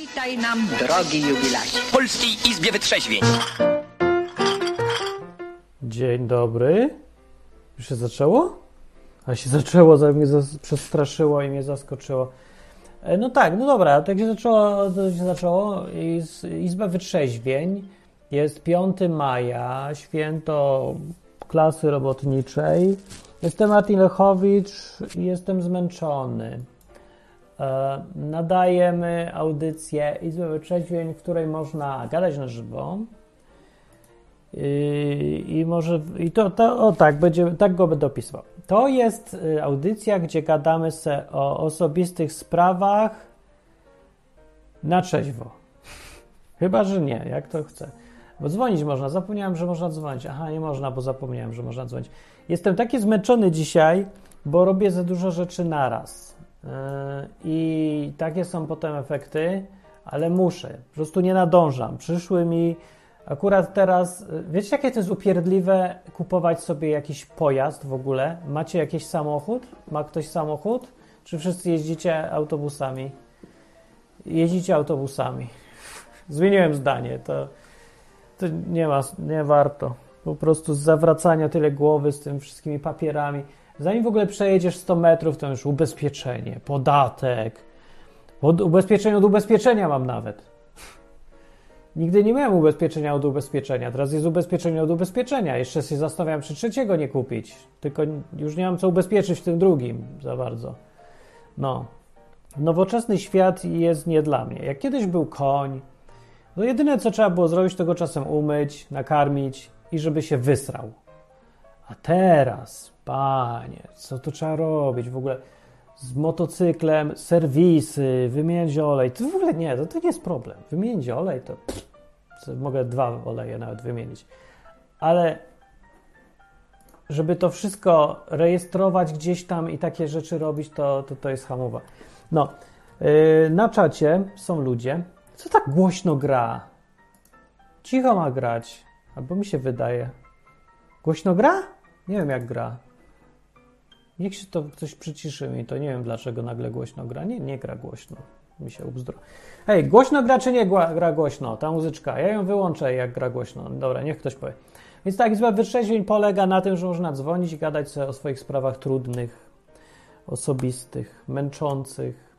Witaj nam, drogi jubilacie. W Polskiej Izbie Wytrzeźwień. Dzień dobry. Już się zaczęło? A się zaczęło, mnie przestraszyło i mnie zaskoczyło. No tak, no dobra, tak się zaczęło, to się zaczęło. Izba Wytrzeźwień. Jest 5 maja, święto klasy robotniczej. Jestem Martin Lechowicz i jestem zmęczony. Nadajemy audycję Izby Wytrzeźwień, w której można gadać na żywo. Tak go będę opisywał. To jest audycja, gdzie gadamy se o osobistych sprawach na trzeźwo. Chyba, że nie, jak to chcę. Bo dzwonić można. Zapomniałem, że można dzwonić. Aha, nie można, bo zapomniałem, że można dzwonić. Jestem taki zmęczony dzisiaj, bo robię za dużo rzeczy naraz. I takie są potem efekty, ale muszę. Po prostu nie nadążam. Przyszły mi akurat teraz... Wiecie, jakie to jest upierdliwe kupować sobie jakiś pojazd w ogóle? Macie jakiś samochód? Ma ktoś samochód? Czy wszyscy jeździcie autobusami? Jeździcie autobusami. Zmieniłem zdanie. To nie warto. Po prostu z zawracania tyle głowy z tymi wszystkimi papierami. Zanim w ogóle przejedziesz 100 metrów, to już ubezpieczenie, podatek. Ubezpieczenie od ubezpieczenia mam nawet. Nigdy nie miałem ubezpieczenia od ubezpieczenia. Teraz jest ubezpieczenie od ubezpieczenia. Jeszcze się zastanawiam, czy trzeciego nie kupić. Tylko już nie mam co ubezpieczyć w tym drugim za bardzo. No. Nowoczesny świat jest nie dla mnie. Jak kiedyś był koń, to jedyne, co trzeba było zrobić, to go czasem umyć, nakarmić i żeby się wysrał. A teraz, panie, co tu trzeba robić w ogóle? Z motocyklem, serwisy, wymieniać olej. To w ogóle nie, to nie jest problem. Wymienić olej to mogę 2 oleje nawet wymienić. Ale żeby to wszystko rejestrować gdzieś tam i takie rzeczy robić, to jest hamowa. No, na czacie są ludzie. Co tak głośno gra? Cicho ma grać. Albo mi się wydaje. Głośno gra? Nie wiem jak gra. Niech się to ktoś przyciszy mi, to nie wiem dlaczego nagle głośno gra. Nie gra głośno. Mi się ubzdro. Hej, głośno gra czy nie gra głośno? Ta muzyczka. Ja ją wyłączę jak gra głośno. Dobra, niech ktoś powie. Więc tak, Izba Wytrzeźwień polega na tym, że można dzwonić i gadać sobie o swoich sprawach trudnych, osobistych, męczących.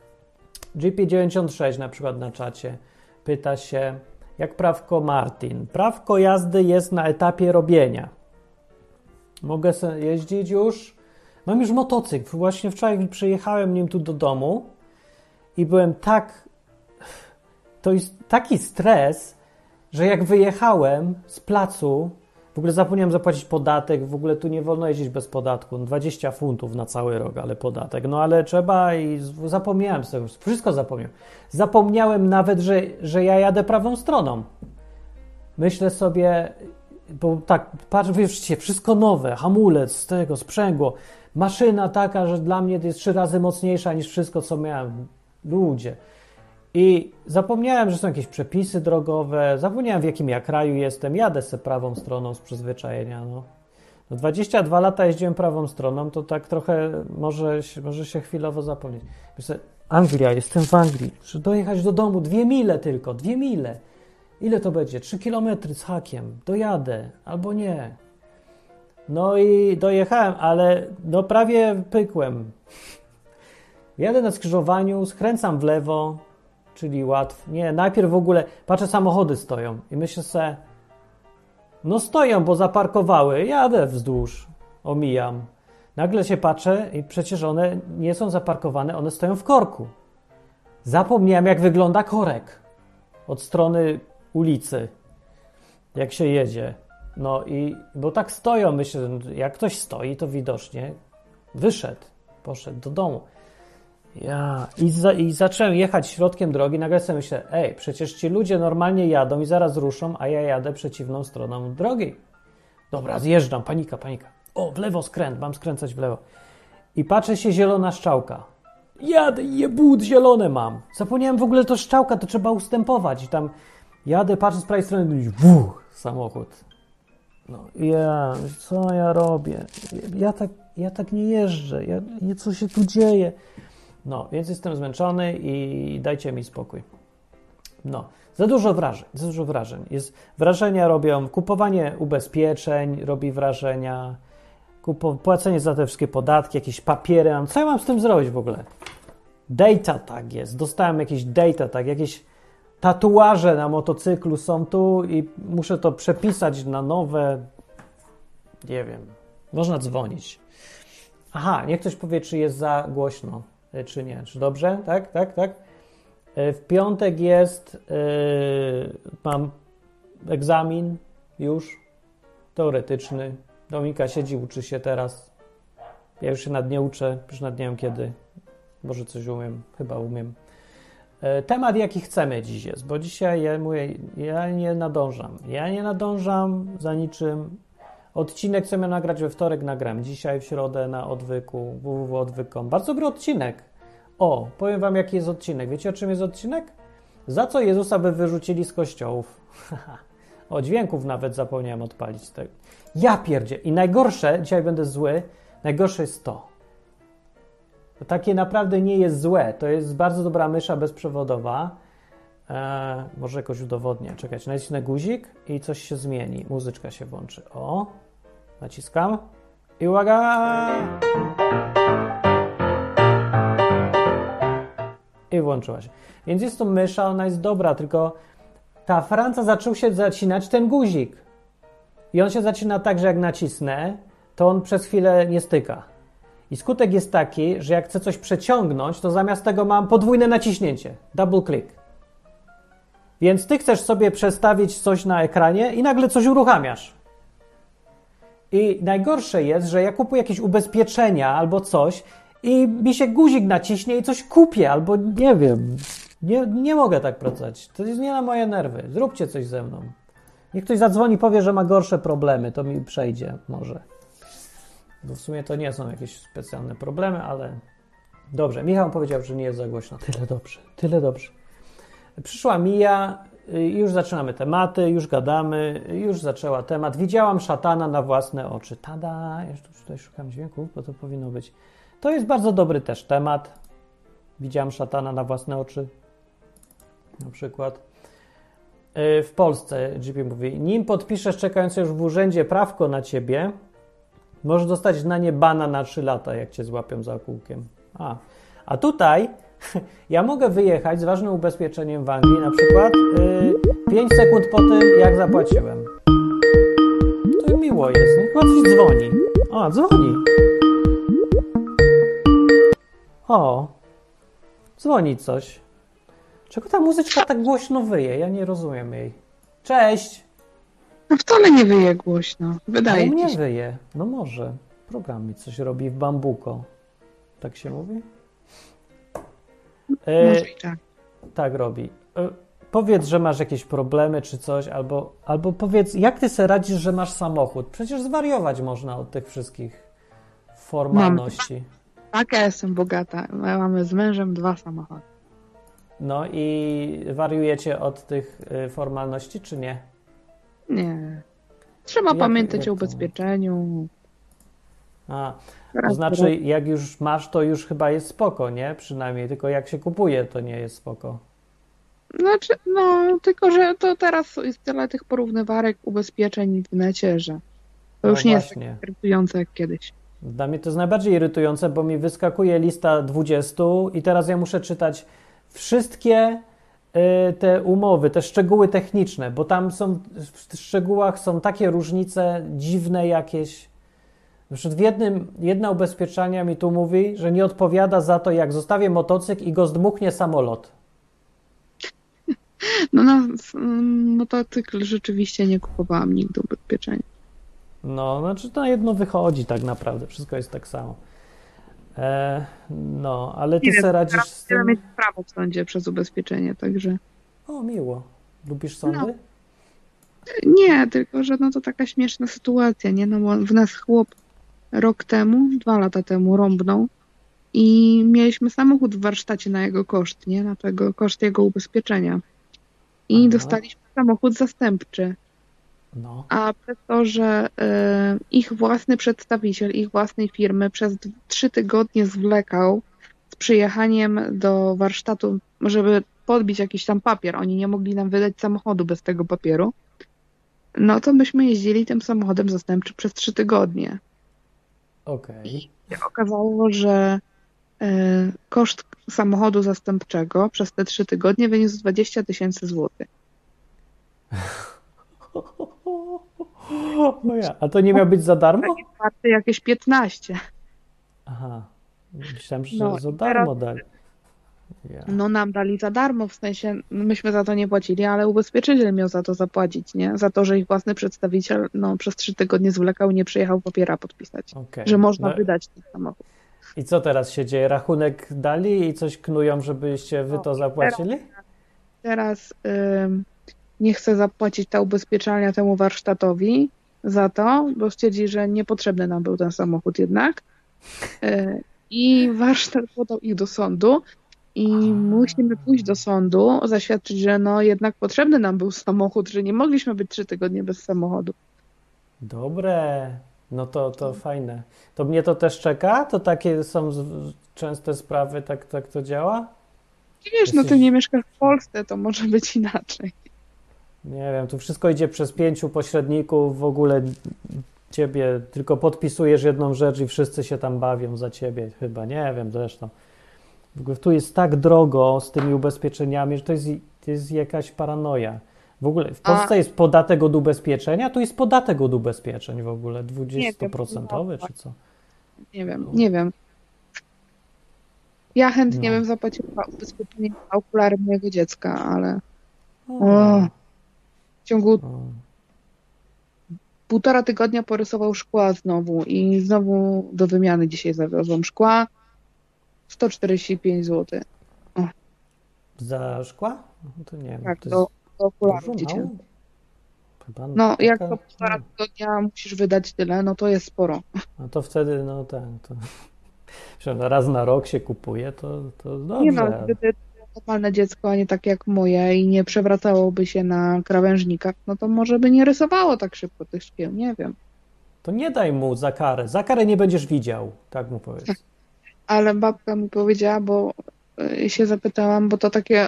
GP96 na przykład na czacie pyta się, jak prawko Martin. Prawko jazdy jest na etapie robienia. Mogę sobie jeździć już? Mam już motocykl. Właśnie wczoraj przyjechałem nim tu do domu i byłem to jest taki stres, że jak wyjechałem z placu, w ogóle zapomniałem zapłacić podatek, w ogóle tu nie wolno jeździć bez podatku, 20 funtów na cały rok, ale podatek, no ale trzeba i zapomniałem sobie, wszystko zapomniałem. Zapomniałem nawet, że ja jadę prawą stroną. Myślę sobie, bo tak, patrz, wiesz, wszystko nowe, hamulec z tego, sprzęgło, maszyna taka, że dla mnie to jest 3 razy mocniejsza niż wszystko, co miałem. Ludzie. I zapomniałem, że są jakieś przepisy drogowe, zapomniałem, w jakim ja kraju jestem, jadę sobie prawą stroną z przyzwyczajenia, no. 22 lata jeździłem prawą stroną, to tak trochę może się chwilowo zapomnieć. Myślę, Anglia, jestem w Anglii, muszę dojechać do domu, 2 mile tylko, 2 mile. Ile to będzie? 3 kilometry z hakiem. Dojadę. Albo nie. No i dojechałem, ale no prawie pykłem. Jadę na skrzyżowaniu, skręcam w lewo, czyli łatwo. Nie, najpierw w ogóle patrzę, samochody stoją i myślę sobie, no stoją, bo zaparkowały. Jadę wzdłuż, omijam. Nagle się patrzę i przecież one nie są zaparkowane, one stoją w korku. Zapomniałem, jak wygląda korek od strony ulicy, jak się jedzie. No i, bo tak stoją, myślę, jak ktoś stoi, to widocznie poszedł do domu. I zacząłem jechać środkiem drogi, nagle sobie myślę, przecież ci ludzie normalnie jadą i zaraz ruszą, a ja jadę przeciwną stroną drogi. Dobra, zjeżdżam, panika. O, w lewo skręt, mam skręcać w lewo. I patrzę się, zielona strzałka. Jadę, zielone mam. Zapomniałem w ogóle, to strzałka, to trzeba ustępować. I tam jadę, patrzę z prawej strony i samochód. No, co ja robię? Ja tak nie jeżdżę. Co się tu dzieje? No, więc jestem zmęczony i dajcie mi spokój. No, za dużo wrażeń. Wrażenia robią kupowanie ubezpieczeń, robi wrażenia, płacenie za te wszystkie podatki, jakieś papiery. Co ja mam z tym zrobić w ogóle? Data tag jest. Dostałem jakiś data tag, jakieś tatuaże na motocyklu są tu i muszę to przepisać na nowe. Nie wiem. Można dzwonić. Aha, niech ktoś powie, czy jest za głośno, czy nie. Czy dobrze? Tak. W piątek mam egzamin już, teoretyczny. Dominika siedzi, uczy się teraz. Ja już się nad nie uczę, już nad nie wiem kiedy. Może coś umiem, chyba umiem. Temat, jaki chcemy dziś jest, bo dzisiaj ja nie nadążam. Ja nie nadążam za niczym. Odcinek, co miałem nagrać we wtorek, nagram dzisiaj w środę na odwyku, www.odwyk.com. Bardzo dobry odcinek. O, powiem wam, jaki jest odcinek. Wiecie, o czym jest odcinek? Za co Jezusa by wyrzucili z kościołów. O, dźwięków nawet zapomniałem odpalić. Ja pierdzie. I najgorsze, dzisiaj będę zły, najgorsze jest to. To takie naprawdę nie jest złe. To jest bardzo dobra mysza bezprzewodowa. Może jakoś udowodnię. Czekajcie, nacisnę guzik i coś się zmieni. Muzyczka się włączy. O, naciskam. I uwaga! I włączyła się. Więc jest to mysza, ona jest dobra, tylko ta Franca zaczął się zacinać ten guzik. I on się zaczyna tak, że jak nacisnę, to on przez chwilę nie styka. I skutek jest taki, że jak chcę coś przeciągnąć, to zamiast tego mam podwójne naciśnięcie. Double click. Więc ty chcesz sobie przestawić coś na ekranie i nagle coś uruchamiasz. I najgorsze jest, że ja kupuję jakieś ubezpieczenia albo coś i mi się guzik naciśnie i coś kupię, albo nie wiem. Nie mogę tak pracować. To jest nie na moje nerwy. Zróbcie coś ze mną. Niech ktoś zadzwoni, powie, że ma gorsze problemy, to mi przejdzie może. Bo w sumie to nie są jakieś specjalne problemy, ale dobrze. Michał powiedział, że nie jest za głośno. Tyle dobrze. Przyszła Mija, już zaczynamy tematy, już gadamy, już zaczęła temat. Widziałam szatana na własne oczy. Tada! Jeszcze tutaj szukam dźwięków, bo to powinno być. To jest bardzo dobry też temat. Widziałam szatana na własne oczy. Na przykład. W Polsce, GP mówi, nim podpiszesz czekając już w urzędzie prawko na ciebie, możesz dostać na nie bana na 3 lata, jak cię złapią za kółkiem. A tutaj ja mogę wyjechać z ważnym ubezpieczeniem w Anglii, na przykład 5 sekund po tym, jak zapłaciłem. To miło jest, no chyba coś dzwoni. Dzwoni. Dzwoni coś. Czego ta muzyczka tak głośno wyje? Ja nie rozumiem jej. Cześć! No wcale nie wyje głośno. Wydaje mi się. Nie wyje. No może. Program mi coś robi w bambuko. Tak się mówi? Może i tak. Tak robi. Powiedz, że masz jakieś problemy czy coś, albo powiedz, jak ty sobie radzisz, że masz samochód? Przecież zwariować można od tych wszystkich formalności. Tak, ja jestem bogata. My mamy z mężem 2 samochody. No i wariujecie od tych formalności, czy nie? Nie. Trzeba pamiętać o ubezpieczeniu. To znaczy, jak już masz, to już chyba jest spoko, nie? Przynajmniej, tylko jak się kupuje, to nie jest spoko. Znaczy, tylko że to teraz jest tyle tych porównywarek ubezpieczeń w necie, że to już nie jest tak irytujące jak kiedyś. Dla mnie to jest najbardziej irytujące, bo mi wyskakuje lista 20 i teraz ja muszę czytać wszystkie te umowy, te szczegóły techniczne, bo tam w szczegółach są takie różnice dziwne jakieś. Na przykład jedno ubezpieczenie mi tu mówi, że nie odpowiada za to, jak zostawię motocykl i go zdmuchnie samolot. Na motocykl rzeczywiście nie kupowałam nigdy ubezpieczenia. Znaczy na jedno wychodzi tak naprawdę, wszystko jest tak samo. Ale ty sobie radzisz z tym? Chcę mieć prawo w sądzie przez ubezpieczenie, także... Miło. Lubisz sądy? Nie, tylko że to taka śmieszna sytuacja, nie? Bo w nas chłop 2 lata temu rąbnął i mieliśmy samochód w warsztacie na jego koszt, nie? Na tego koszt jego ubezpieczenia. I dostaliśmy samochód zastępczy. A przez to, że ich własny przedstawiciel, ich własnej firmy przez 3 tygodnie zwlekał z przyjechaniem do warsztatu, żeby podbić jakiś tam papier. Oni nie mogli nam wydać samochodu bez tego papieru. No to myśmy jeździli tym samochodem zastępczym przez 3 tygodnie. Okej. I się okazało, że koszt samochodu zastępczego przez te 3 tygodnie wyniósł 20 000 złotych. O ja. A to nie miał być za darmo? Taki warty jakieś 15. Aha. Myślałem, że No za i darmo dali. Ja. No nam dali za darmo, w sensie myśmy za to nie płacili, ale ubezpieczyciel miał za to zapłacić, nie? Za to, że ich własny przedstawiciel przez 3 tygodnie zwlekał i nie przyjechał papiera podpisać, Okej. że można No wydać ten samochód. i co teraz się dzieje? Rachunek dali i coś knują, żebyście wy to zapłacili? Teraz nie chce zapłacić ta ubezpieczalnia temu warsztatowi za to, bo stwierdzi, że niepotrzebny nam był ten samochód jednak. I warsztat podał ich do sądu. I musimy pójść do sądu, zaświadczyć, że no jednak potrzebny nam był samochód, że nie mogliśmy być 3 tygodnie bez samochodu. Dobre. No to fajne. To mnie to też czeka? To takie są częste sprawy, tak to działa? Wiesz, no ty nie mieszkasz w Polsce, to może być inaczej. Nie wiem, tu wszystko idzie przez 5 pośredników, w ogóle ciebie tylko podpisujesz jedną rzecz i wszyscy się tam bawią za ciebie chyba, nie wiem zresztą. W ogóle tu jest tak drogo z tymi ubezpieczeniami, że to jest jakaś paranoja. W ogóle w Polsce jest podatek od ubezpieczenia, tu jest podatek od ubezpieczeń w ogóle, 20% czy co? Nie wiem. Ja chętnie bym zapłaciła ubezpieczenie na okulary mojego dziecka, ale w ciągu 1,5 tygodnia porysował szkła znowu i znowu do wymiany dzisiaj zawiozłam szkła. 145 zł. Za szkła? No to nie wiem. Tak, to do okularów dużo, dziecięcych. Chyba No, taka, jak to 1,5 tygodnia musisz wydać tyle, no to jest sporo. No to wtedy, no tak, to raz na rok się kupuje, to dobrze. Nie no, gdyby normalne dziecko, a nie tak jak moje i nie przewracałoby się na krawężnikach, no to może by nie rysowało tak szybko tych szkieł, nie wiem. To nie daj mu za karę. Za karę nie będziesz widział, tak mu powiedz. Ale babka mi powiedziała, bo się zapytałam, bo to takie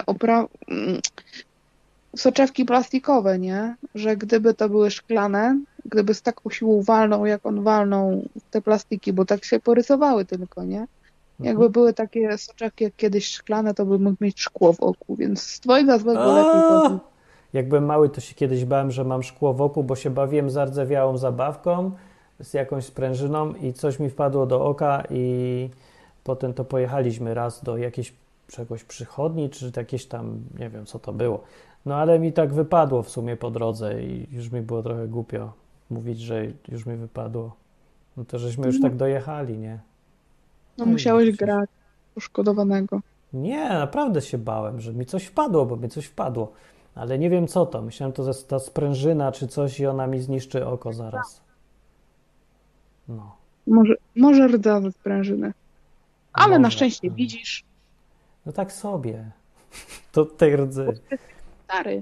soczewki plastikowe, nie? Że gdyby to były szklane, gdyby z taką siłą walnął, jak on walnął w te plastiki, bo tak się porysowały tylko, nie? Jakby były takie soczewki jak kiedyś szklane, to by mógł mieć szkło w oku, więc z twojego złego lepiej to... Jak byłem mały, to się kiedyś bałem, że mam szkło w oku, bo się bawiłem zardzewiałą zabawką z jakąś sprężyną i coś mi wpadło do oka i potem to pojechaliśmy raz do czegoś przychodni, czy jakieś tam, nie wiem co to było. No ale mi tak wypadło w sumie po drodze i już mi było trochę głupio mówić, że już mi wypadło. No to żeśmy już tak dojechali, nie? No musiałeś grać poszkodowanego. Nie, naprawdę się bałem, że mi coś wpadło, bo mi coś wpadło. Ale nie wiem co to. Myślałem, to jest ta sprężyna czy coś i ona mi zniszczy oko zaraz. No. Może rdza ze sprężyny. Ale Może. na szczęście widzisz. No tak sobie. To tej rdzy. Stary.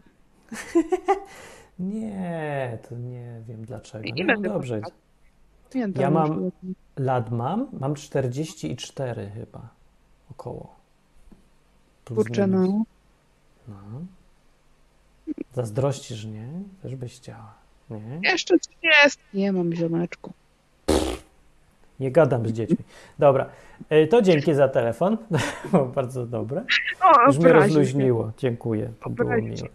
Nie, to nie wiem dlaczego. Nie No będę dobrze. Pamiętam Ja już. mam 44 chyba. Około. Plus Kurczę, minus. no. No. Zazdrościsz, nie? Też byś chciała. Nie? Jeszcze 30. Nie mam, ziomeczku. Nie gadam z dziećmi. Dobra, to dzięki za telefon. Było bardzo dobre. O, Już mnie rozluźniło. Dziękuję. To było miłe.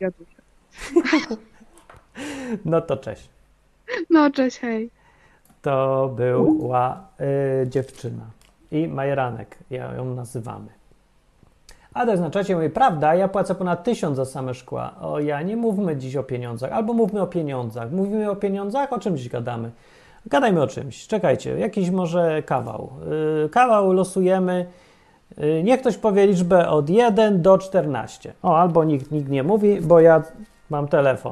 No to cześć. No, cześć, hej. To była dziewczyna i majeranek, ją nazywamy. A to znaczy, mówi, prawda, ja płacę ponad 1000 za same szkła. O ja, nie mówmy dziś o pieniądzach, albo mówmy o pieniądzach. Mówimy o pieniądzach? O czym dziś gadamy? Gadajmy o czymś. Czekajcie, jakiś może kawał. Kawał losujemy. Niech ktoś powie liczbę od 1 do 14. O, albo nikt nie mówi, bo ja mam telefon.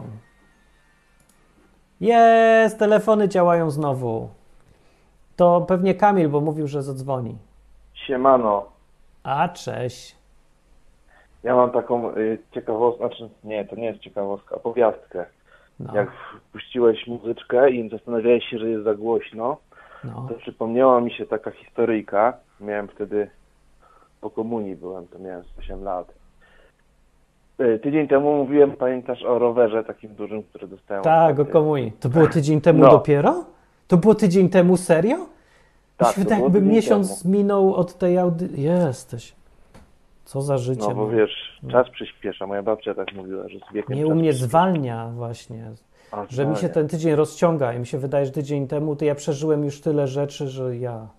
Jest, telefony działają znowu. To pewnie Kamil, bo mówił, że zadzwoni. Siemano. A, cześć. Ja mam taką ciekawostkę, znaczy nie, to nie jest ciekawostka, opowiastkę. No. Jak puściłeś muzyczkę i zastanawiałeś się, że jest za głośno, No. to przypomniała mi się taka historyjka. Miałem wtedy, po komunii byłem, to miałem 8 lat. Tydzień temu mówiłem, pamiętasz, o rowerze takim dużym, który dostałem. Tak, o komunii. To było tydzień temu dopiero? To było tydzień temu, serio? Tak, Mi się wydaje, było jakby tydzień miesiąc temu. minął od tej audycji. Jesteś. Co za życie. No bo wiesz, czas przyspiesza. Moja babcia tak mówiła, że z wiekiem Nie, czas u mnie przyspiesza. zwalnia właśnie. A, Że mi się zwalnia. ten tydzień rozciąga i mi się wydaje, że tydzień temu to ja przeżyłem już tyle rzeczy, że ja...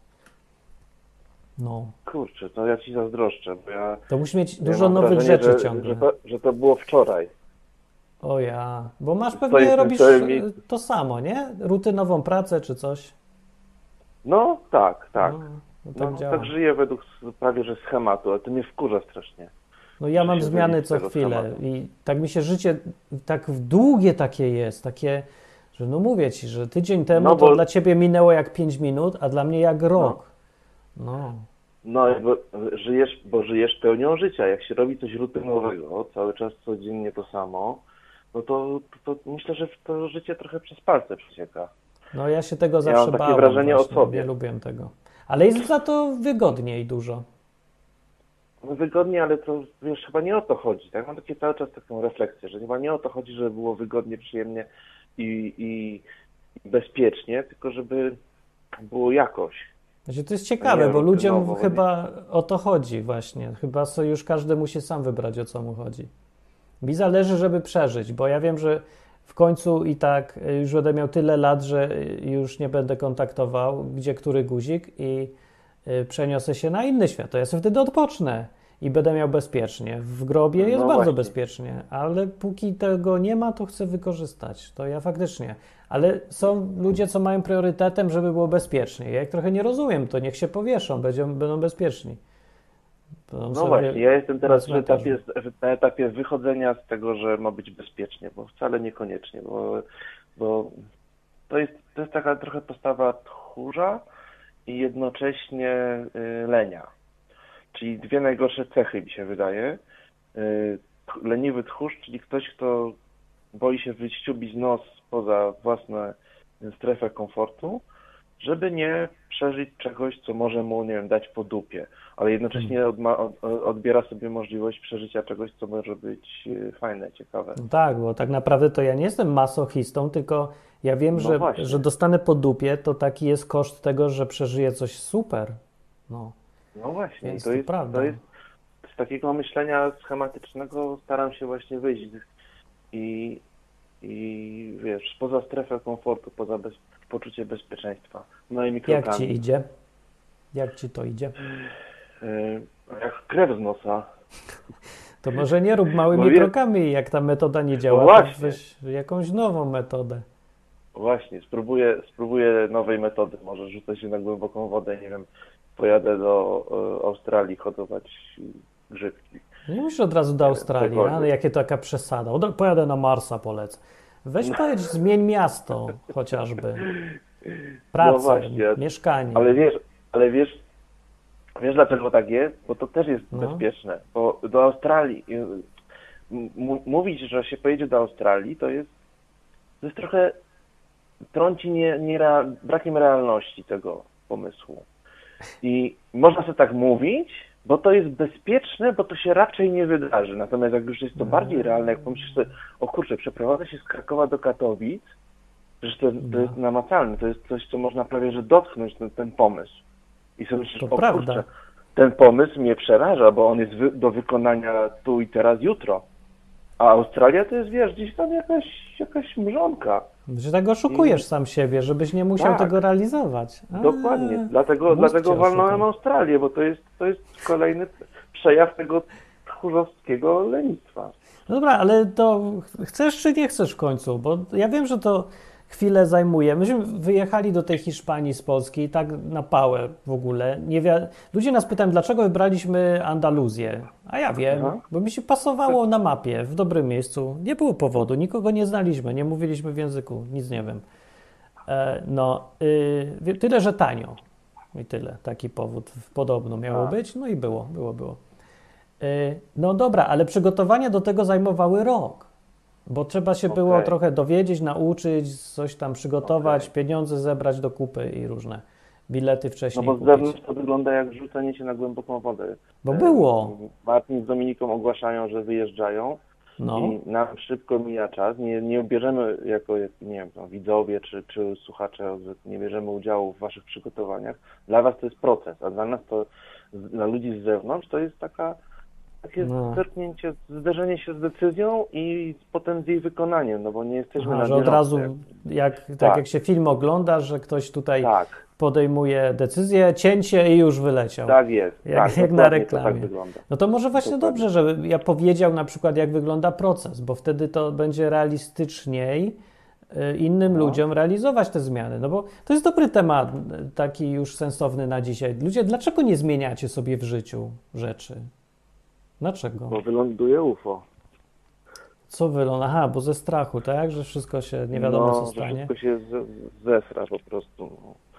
No. Kurczę, to ja ci zazdroszczę, bo ja To musi mieć ja dużo mam nowych wrażenie, rzeczy że, ciągle. że to było wczoraj. O ja. Bo masz Stoję pewnie w tym robisz samym miejscu. to samo, nie? Rutynową pracę czy coś. No tak. No tak No, działa. tak żyję według prawie że schematu, ale to mnie wkurza strasznie. No ja że mam się zmiany wyjść z co tego chwilę schematu. i tak mi się życie tak długie takie jest, takie, że no mówię ci, że tydzień temu No to bo- dla ciebie minęło jak 5 minut, a dla mnie jak rok. No. No, bo żyjesz pełnią życia. Jak się robi coś rutynowego, cały czas codziennie to samo, no to myślę, że to życie trochę przez palce przecieka. No ja się tego Ja zawsze mam takie bałem wrażenie o właśnie, sobie. nie lubię tego. Ale jest za to wygodniej dużo. No wygodnie, ale to wiesz, chyba nie o to chodzi. Tak? Mam takie cały czas taką refleksję, że chyba nie o to chodzi, żeby było wygodnie, przyjemnie i bezpiecznie, tylko żeby było jakoś. Znaczy, to jest ciekawe, Nie, bo ludziom rutynowo, chyba o to chodzi właśnie. Chyba już każdy musi sam wybrać, o co mu chodzi. Mi zależy, żeby przeżyć, bo ja wiem, że w końcu i tak już będę miał tyle lat, że już nie będę kontaktował, gdzie który guzik i przeniosę się na inny świat. To ja sobie wtedy odpocznę i będę miał bezpiecznie. W grobie jest No bardzo właśnie. bezpiecznie, ale póki tego nie ma, to chcę wykorzystać. To ja faktycznie. Ale są ludzie, co mają priorytetem, żeby było bezpiecznie. Ja ich trochę nie rozumiem, to niech się powieszą, będą bezpieczni. Będą No sobie właśnie, ja jestem teraz na cmentarzu. na etapie wychodzenia z tego, że ma być bezpiecznie, bo wcale niekoniecznie, bo to jest taka trochę postawa tchórza i jednocześnie lenia. Czyli dwie najgorsze cechy, mi się wydaje. Leniwy tchórz, czyli ktoś, kto boi się wyściubić nos poza własną strefę komfortu, żeby nie przeżyć czegoś, co może mu, nie wiem, dać po dupie, ale jednocześnie odbiera sobie możliwość przeżycia czegoś, co może być fajne, ciekawe. No tak, bo tak naprawdę to ja nie jestem masochistą, tylko ja wiem, No właśnie. że dostanę po dupie, to taki jest koszt tego, że przeżyję coś super. No, No właśnie, Więc to to jest, prawda. to jest z takiego myślenia schematycznego staram się właśnie wyjść i wiesz, poza strefę komfortu, poza poczucie bezpieczeństwa. Moimi jak krokami. ci idzie? Jak ci to idzie? Jak krew z nosa. To może nie rób małymi No wie- krokami, jak ta metoda nie działa, No to właśnie. weź jakąś nową metodę. Właśnie, spróbuję nowej metody. Może rzucę się na głęboką wodę, nie wiem, pojadę do Australii hodować grzybki. Nie musisz od razu do Australii, cokolwiek. ale jakie to taka przesada. Pojadę na Marsa, polecę. Weź pojedź, zmień miasto chociażby. Pracę, No właśnie, mieszkanie. Ale wiesz dlaczego tak jest? Bo to też jest No. bezpieczne. Bo do Australii, mówić, że się pojedzie do Australii, to jest trochę trąci brakiem realności tego pomysłu. I można sobie tak mówić, bo to jest bezpieczne, bo to się raczej nie wydarzy. Natomiast jak już jest to bardziej realne, jak pomyślisz sobie, o kurczę, przeprowadzę się z Krakowa do Katowic, przecież to jest namacalne, to jest coś, co można prawie że dotknąć, ten pomysł. I sobie myślisz, To o prawda. kurczę, ten pomysł mnie przeraża, bo on jest do wykonania tu i teraz, jutro. A Australia to jest, wiesz, gdzieś tam jakaś mrzonka. Że tak oszukujesz sam siebie, żebyś nie musiał Tak. tego realizować. Dokładnie. mózg Dlatego cię walnąłem oszukał. Australię, bo to jest kolejny przejaw tego tchórzowskiego lenistwa. No dobra, ale to chcesz czy nie chcesz w końcu? Bo ja wiem, że to chwilę zajmuje. Myśmy wyjechali do tej Hiszpanii z Polski tak na pałę w ogóle. Ludzie nas pytają, dlaczego wybraliśmy Andaluzję. A ja wiem, Aha. bo mi się pasowało na mapie, w dobrym miejscu. Nie było powodu, nikogo nie znaliśmy, nie mówiliśmy w języku, nic nie wiem. Tyle, że tanio. I tyle, taki powód podobno miało być. No i było. No dobra, ale przygotowania do tego zajmowały rok, bo trzeba się było Okej. trochę dowiedzieć, nauczyć, coś tam przygotować, Okej. pieniądze zebrać do kupy i różne bilety No wcześniej bo z kupić. zewnątrz to wygląda jak rzucenie się na głęboką wodę. Bo było. Martin z Dominiką ogłaszają, że wyjeżdżają, No. i nam szybko mija czas, nie bierzemy jako, nie wiem, no, widzowie czy słuchacze, nie bierzemy udziału w waszych przygotowaniach. Dla was to jest proces, a dla nas to, dla ludzi z zewnątrz, to jest takie zerknięcie, zderzenie się z decyzją i potem z jej wykonaniem, no bo nie jesteśmy na że od razu, tak jak się film ogląda, że ktoś tutaj tak. podejmuje decyzję, cięcie i już wyleciał. Tak jest. Jak na reklamie. To tak wygląda. No to może właśnie dobrze, żeby ja powiedział na przykład, jak wygląda proces, bo wtedy to będzie realistyczniej innym ludziom realizować te zmiany. No bo to jest dobry temat, taki już sensowny na dzisiaj. Ludzie, dlaczego nie zmieniacie sobie w życiu rzeczy? Dlaczego? Bo wyląduje UFO. Co wyląda? Aha, bo ze strachu, tak? Że wszystko się nie wiadomo co stanie. Że wszystko się zesra po prostu.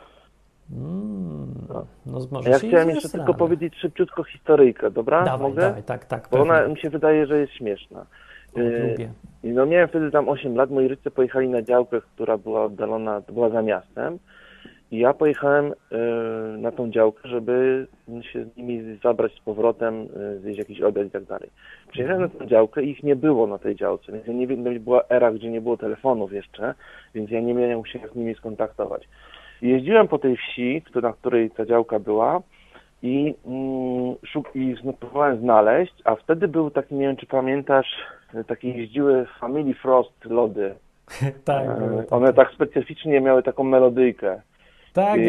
No może ja się chciałem jeszcze tylko powiedzieć szybciutko historyjkę, dobra? Dawaj, Mogę? dawaj, tak. Bo ona mi się wydaje, że jest śmieszna. Lubię. No miałem wtedy tam 8 lat, moi rodzice pojechali na działkę, która była oddalona, to była za miastem. I ja pojechałem na tą działkę, żeby się z nimi zabrać z powrotem, zjeść jakiś obiad i tak dalej. Przyjechałem na tę działkę i ich nie było na tej działce, więc ja nie wiem, to była era, gdzie nie było telefonów jeszcze, więc ja nie miałem się z nimi skontaktować. I jeździłem po tej wsi, na której ta działka była i próbowałem znaleźć, a wtedy był taki, nie wiem czy pamiętasz, takie jeździły Family Frost lody. Tak. One tak specyficznie miały taką melodyjkę. Tak,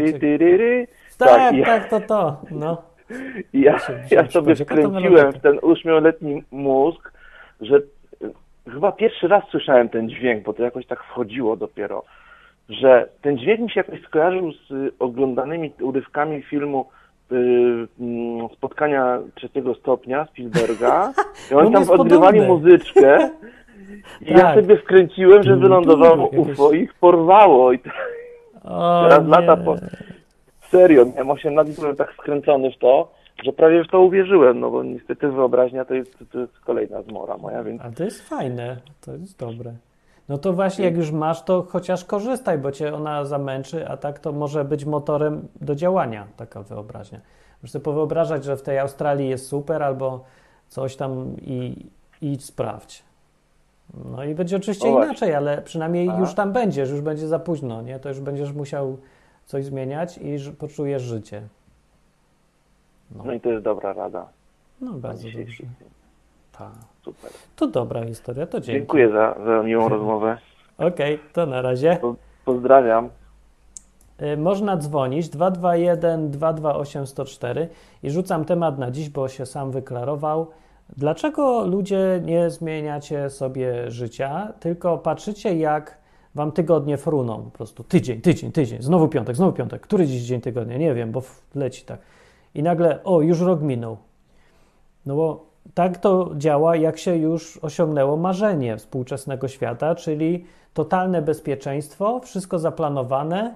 to. No. I ja sobie wkręciłem w ten 8-letni mózg, że chyba pierwszy raz słyszałem ten dźwięk, bo to jakoś tak wchodziło dopiero, że ten dźwięk mi się jakoś skojarzył z oglądanymi urywkami filmu Spotkania trzeciego stopnia Spielberga i oni tam odgrywali muzyczkę i ja sobie wkręciłem, że wylądowało UFO i ich porwało. I teraz lata po... Serio, miałem 8 lat i byłem tak skręcony w to, że prawie w to uwierzyłem, no bo niestety wyobraźnia to jest kolejna zmora moja, więc... A to jest fajne, to jest dobre. No to właśnie jak już masz, to chociaż korzystaj, bo cię ona zamęczy, a tak to może być motorem do działania, taka wyobraźnia. Możesz sobie powyobrażać, że w tej Australii jest super albo coś tam i sprawdź. No i będzie oczywiście inaczej, ale przynajmniej już tam będziesz, już będzie za późno, nie? To już będziesz musiał coś zmieniać i poczujesz życie. No i to jest dobra rada. No bardzo dobrze. Tak. Super. To dobra historia, to dzięki. Dziękuję za miłą rozmowę. Okej, to na razie. Pozdrawiam. Można dzwonić 221 228 104 i rzucam temat na dziś, bo się sam wyklarował. Dlaczego ludzie nie zmieniacie sobie życia, tylko patrzycie, jak wam tygodnie fruną po prostu. Tydzień, znowu piątek. Który dziś dzień tygodnia? Nie wiem, bo leci tak. I nagle, już rok minął. No bo tak to działa, jak się już osiągnęło marzenie współczesnego świata, czyli totalne bezpieczeństwo, wszystko zaplanowane.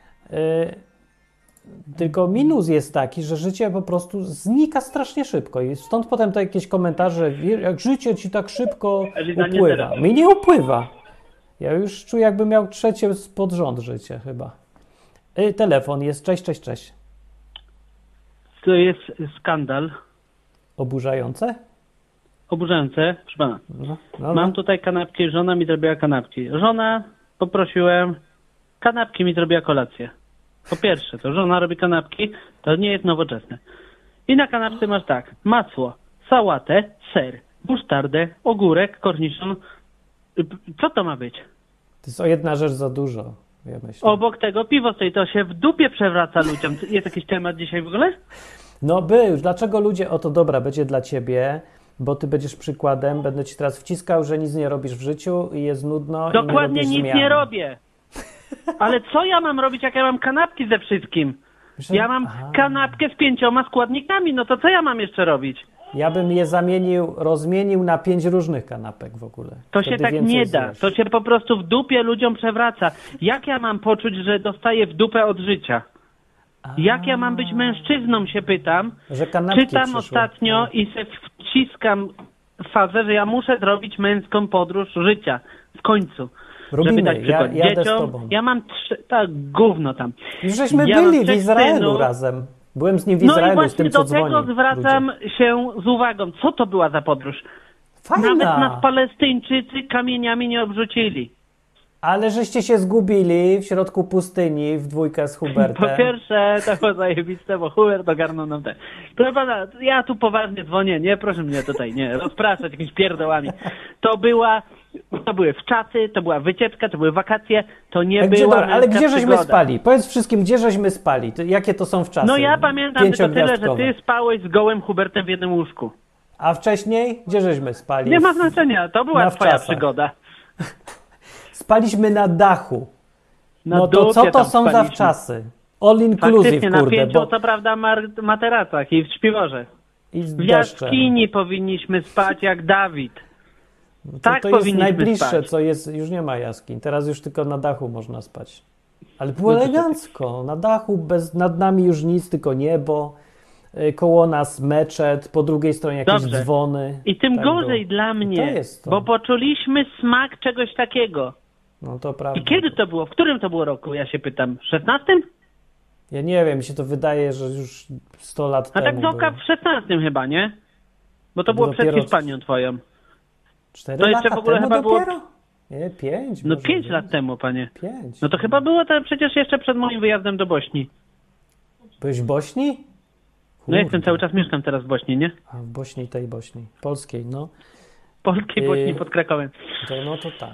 Tylko minus jest taki, że życie po prostu znika strasznie szybko i stąd potem to jakieś komentarze, jak życie ci tak szybko upływa. Mi nie upływa. Ja już czuję, jakbym miał trzecie pod rząd życie chyba. Telefon jest. Cześć. To jest skandal. Oburzające? Oburzające, proszę pana. No. Mam tutaj kanapki, żona mi zrobiła kanapki. Żona, poprosiłem, kanapki mi zrobiła kolację. Po pierwsze, to żona robi kanapki, to nie jest nowoczesne. I na kanapce masz tak, masło, sałatę, ser, musztardę, ogórek, korniszon. Co to ma być? To jest o jedna rzecz za dużo, ja myślę. Obok tego piwo stoi, to się w dupie przewraca ludziom. Jest jakiś temat dzisiaj w ogóle? No już. Dlaczego ludzie, dobra, będzie dla ciebie, bo ty będziesz przykładem, będę ci teraz wciskał, że nic nie robisz w życiu i jest nudno. Dokładnie i nie nic nie robię. Ale co ja mam robić, jak ja mam kanapki ze wszystkim? Ja mam kanapkę z 5 składnikami, no to co ja mam jeszcze robić? Ja bym je rozmienił na 5 różnych kanapek w ogóle. To się tak nie da. Zjesz. To się po prostu w dupie ludziom przewraca. Jak ja mam poczuć, że dostaję w dupę od życia? Jak ja mam być mężczyzną, się pytam. Że kanapki Czytam przyszły. ostatnio i se wciskam fazę, że ja muszę zrobić męską podróż życia. W końcu. Robimy. Żeby dać przykład jadę dzieciom. z tobą. Ja mam gówno tam. Już żeśmy byli w Izraelu synów. razem. Byłem z nim w Izraelu, No i z tym, właśnie co do tego dzwoni. zwracam się z uwagą. Co to była za podróż? Fajna. Nawet nas Palestyńczycy kamieniami nie obrzucili. Ale żeście się zgubili w środku pustyni w dwójkę z Po Hubertem. pierwsze, to było zajebiste, bo Hubert ogarnął nam te. Proszę pana, ja tu poważnie dzwonię, nie? Proszę mnie tutaj nie rozpraszać jakimiś pierdołami. To były wczasy, to była wycieczka, to były wakacje, to nie była Ale męska gdzie żeśmy przygoda. spali? Powiedz wszystkim, gdzie żeśmy spali? Jakie to są wczasy? No ja pamiętam tylko tyle, że Pięciogwiazdkowe. ty spałeś z gołym Hubertem w jednym łóżku. A wcześniej? Gdzie żeśmy spali? Nie ma znaczenia, to była Na twoja wczasach. przygoda. Spaliśmy na dachu. Na No to co dupie to tam są za spaliśmy. wczasy? All inclusive, Faktycznie, na kurde. 5, Bo... co prawda, materacach i w śpiworze. I z W deszczem. jaskini powinniśmy spać jak Dawid. No tak to jest powinniśmy najbliższe, spać. co jest. Już nie ma jaskiń. Teraz już tylko na dachu można spać. Ale było No to elegancko. Na dachu, nad nami już nic, tylko niebo. Koło nas meczet, po drugiej stronie jakieś Dobrze. dzwony. I tym Tak gorzej było. dla mnie, To jest to. bo poczuliśmy smak czegoś takiego. No to prawda. I kiedy to było? W którym to było roku, ja się pytam? 16? Ja nie wiem, mi się to wydaje, że już 100 lat A temu tak z oka było. w 16 chyba, nie? Bo to było przed Dopiero- Hiszpanią twoją. 4 to jeszcze lata w ogóle temu chyba było- dopiero? Nie, 5. No 5 lat temu, panie. 5. No to chyba było to przecież jeszcze przed moim wyjazdem do Bośni. Byłeś w Bośni? No jestem Kurde. cały czas, mieszkam teraz w Bośni, nie? A w Bośni, tej Bośni. Polskiej, no. Polskiej Bośni pod Krakowem. No to tak.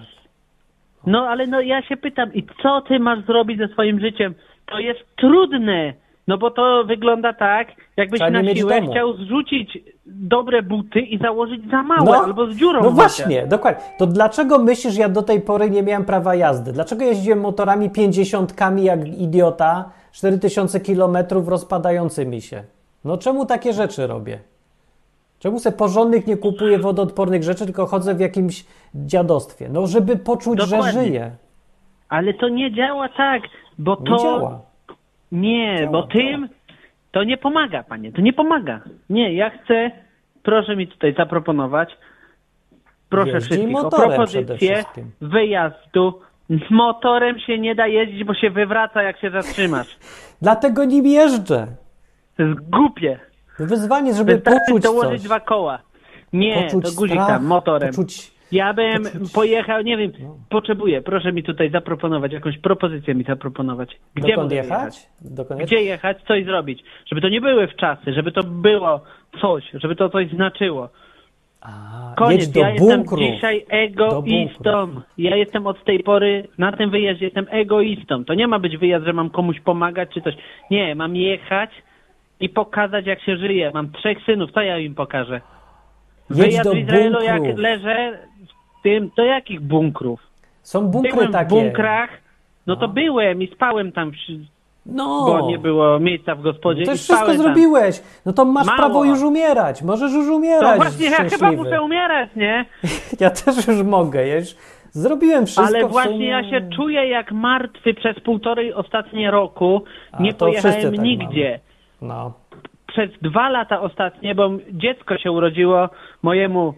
No ale no ja się pytam, i co ty masz zrobić ze swoim życiem? To jest trudne, no bo to wygląda tak, jakbyś Trzeba nie na mieć siłę domu. chciał zrzucić dobre buty i założyć za małe, albo z dziurą No w właśnie, dokładnie. To dlaczego myślisz, ja do tej pory nie miałem prawa jazdy? Dlaczego jeździłem motorami 50 jak idiota, 4000 kilometrów rozpadającymi się? No czemu takie rzeczy robię? Czemu se porządnych nie kupuję wodoodpornych rzeczy, tylko chodzę w jakimś dziadostwie? No żeby poczuć, że Dokładnie. żyję. Ale to nie działa tak, bo to... Nie działa. Nie, Działa, bo tym to nie pomaga, panie, to nie pomaga. Nie, ja chcę, proszę mi tutaj zaproponować, proszę Jeździ wszystkich o motorem przede propozycję wszystkim. wyjazdu. Z motorem się nie da jeździć, bo się wywraca, jak się zatrzymasz. Dlatego nim jeżdżę. To jest głupie. Wyzwanie, żeby Wystarczy poczuć dołożyć coś. 2 koła. Nie, Poczuć to guzik strach, tam, motorem. Poczuć... Ja bym pojechał, nie wiem, No. potrzebuję, proszę mi tutaj zaproponować, jakąś propozycję mi zaproponować. Gdzie Dokąd mogę jechać? Dokąd jechać? Gdzie jechać, coś zrobić. Żeby to nie były wczasy, żeby to było coś, żeby to coś znaczyło. A, Koniec, jedź do ja jestem bunkru. dzisiaj egoistą. Ja jestem od tej pory, na tym wyjeździe jestem egoistą. To nie ma być wyjazd, że mam komuś pomagać czy coś. Nie, mam jechać i pokazać, jak się żyje. Mam 3 synów, co ja im pokażę? Jedź Wyjazd do w Izraelu, jak bunkrów. leżę w tym, do jakich bunkrów? Są bunkry Byłem w takie. bunkrach, no to byłem i spałem tam, No. bo nie było miejsca w gospodzie To i już wszystko spałem tam. zrobiłeś. No to masz Mało. prawo już umierać. Możesz już umierać. To właśnie ja chyba szczęśliwy. muszę umierać, nie? Ja też już mogę. Ja już zrobiłem wszystko. Ale w właśnie sumie. ja się czuję jak martwy przez 1,5 ostatnie roku. A, Nie to wszyscy pojechałem tak nigdzie. No. Przez 2 lata ostatnie, bo dziecko się urodziło mojemu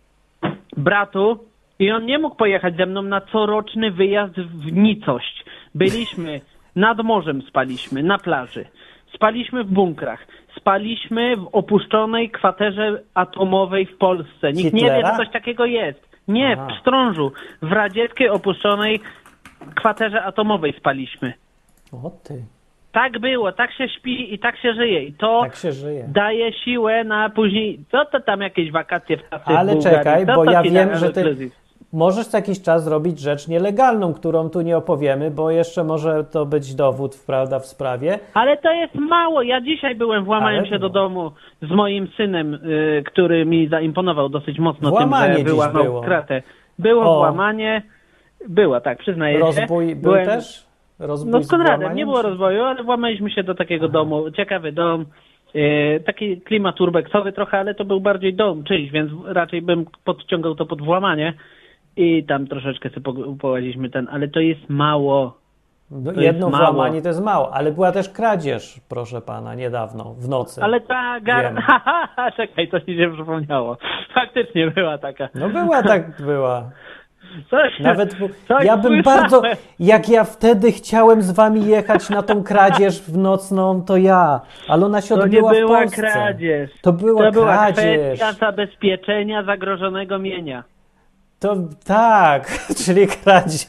bratu i on nie mógł pojechać ze mną na coroczny wyjazd w nicość. Byliśmy nad morzem, spaliśmy na plaży, spaliśmy w bunkrach, spaliśmy w opuszczonej kwaterze atomowej w Polsce. Nikt nie wie, Hitlera? że coś takiego jest. Nie, Aha. w Pstrążu, w radzieckiej opuszczonej kwaterze atomowej spaliśmy. O ty. Tak było, tak się śpi i tak się żyje. I to Tak się żyje. daje siłę na później, co to tam jakieś wakacje w Tacy Ale w Bułgarii, czekaj, co bo to ja ci wiem, na że ty ekskluzyw? możesz co jakiś czas zrobić rzecz nielegalną, którą tu nie opowiemy, bo jeszcze może to być dowód, prawda, w sprawie. Ale to jest mało. Ja dzisiaj włamałem Ale się do no. domu z moim synem, który mi zaimponował dosyć mocno Włamanie tym, że dziś wyłamał było. kratę. Było O. włamanie, była, tak, przyznaję się. Rozbój był Byłem- też? Rozbój No z Konradem, włamaniem? nie było rozwoju, ale włamaliśmy się do takiego domu, ciekawy dom, taki klimat urbexowy trochę, ale to był bardziej dom czyjś, więc raczej bym podciągał to pod włamanie i tam troszeczkę sobie połaziliśmy ale to jest mało. No, to jedno jest mało. włamanie to jest mało, ale była też kradzież, proszę pana, niedawno, w nocy. Ale ta Wiem. czekaj, coś mi się przypomniało. Faktycznie była taka. No była tak, była. Nawet Coś ja bym słyszałem. bardzo, jak ja wtedy chciałem z wami jechać na tą kradzież w nocną, to ja, ale ona się To nie odbyła w była Polsce. kradzież. To była kradzież. Kwestia zabezpieczenia zagrożonego mienia. To tak, czyli kradzież.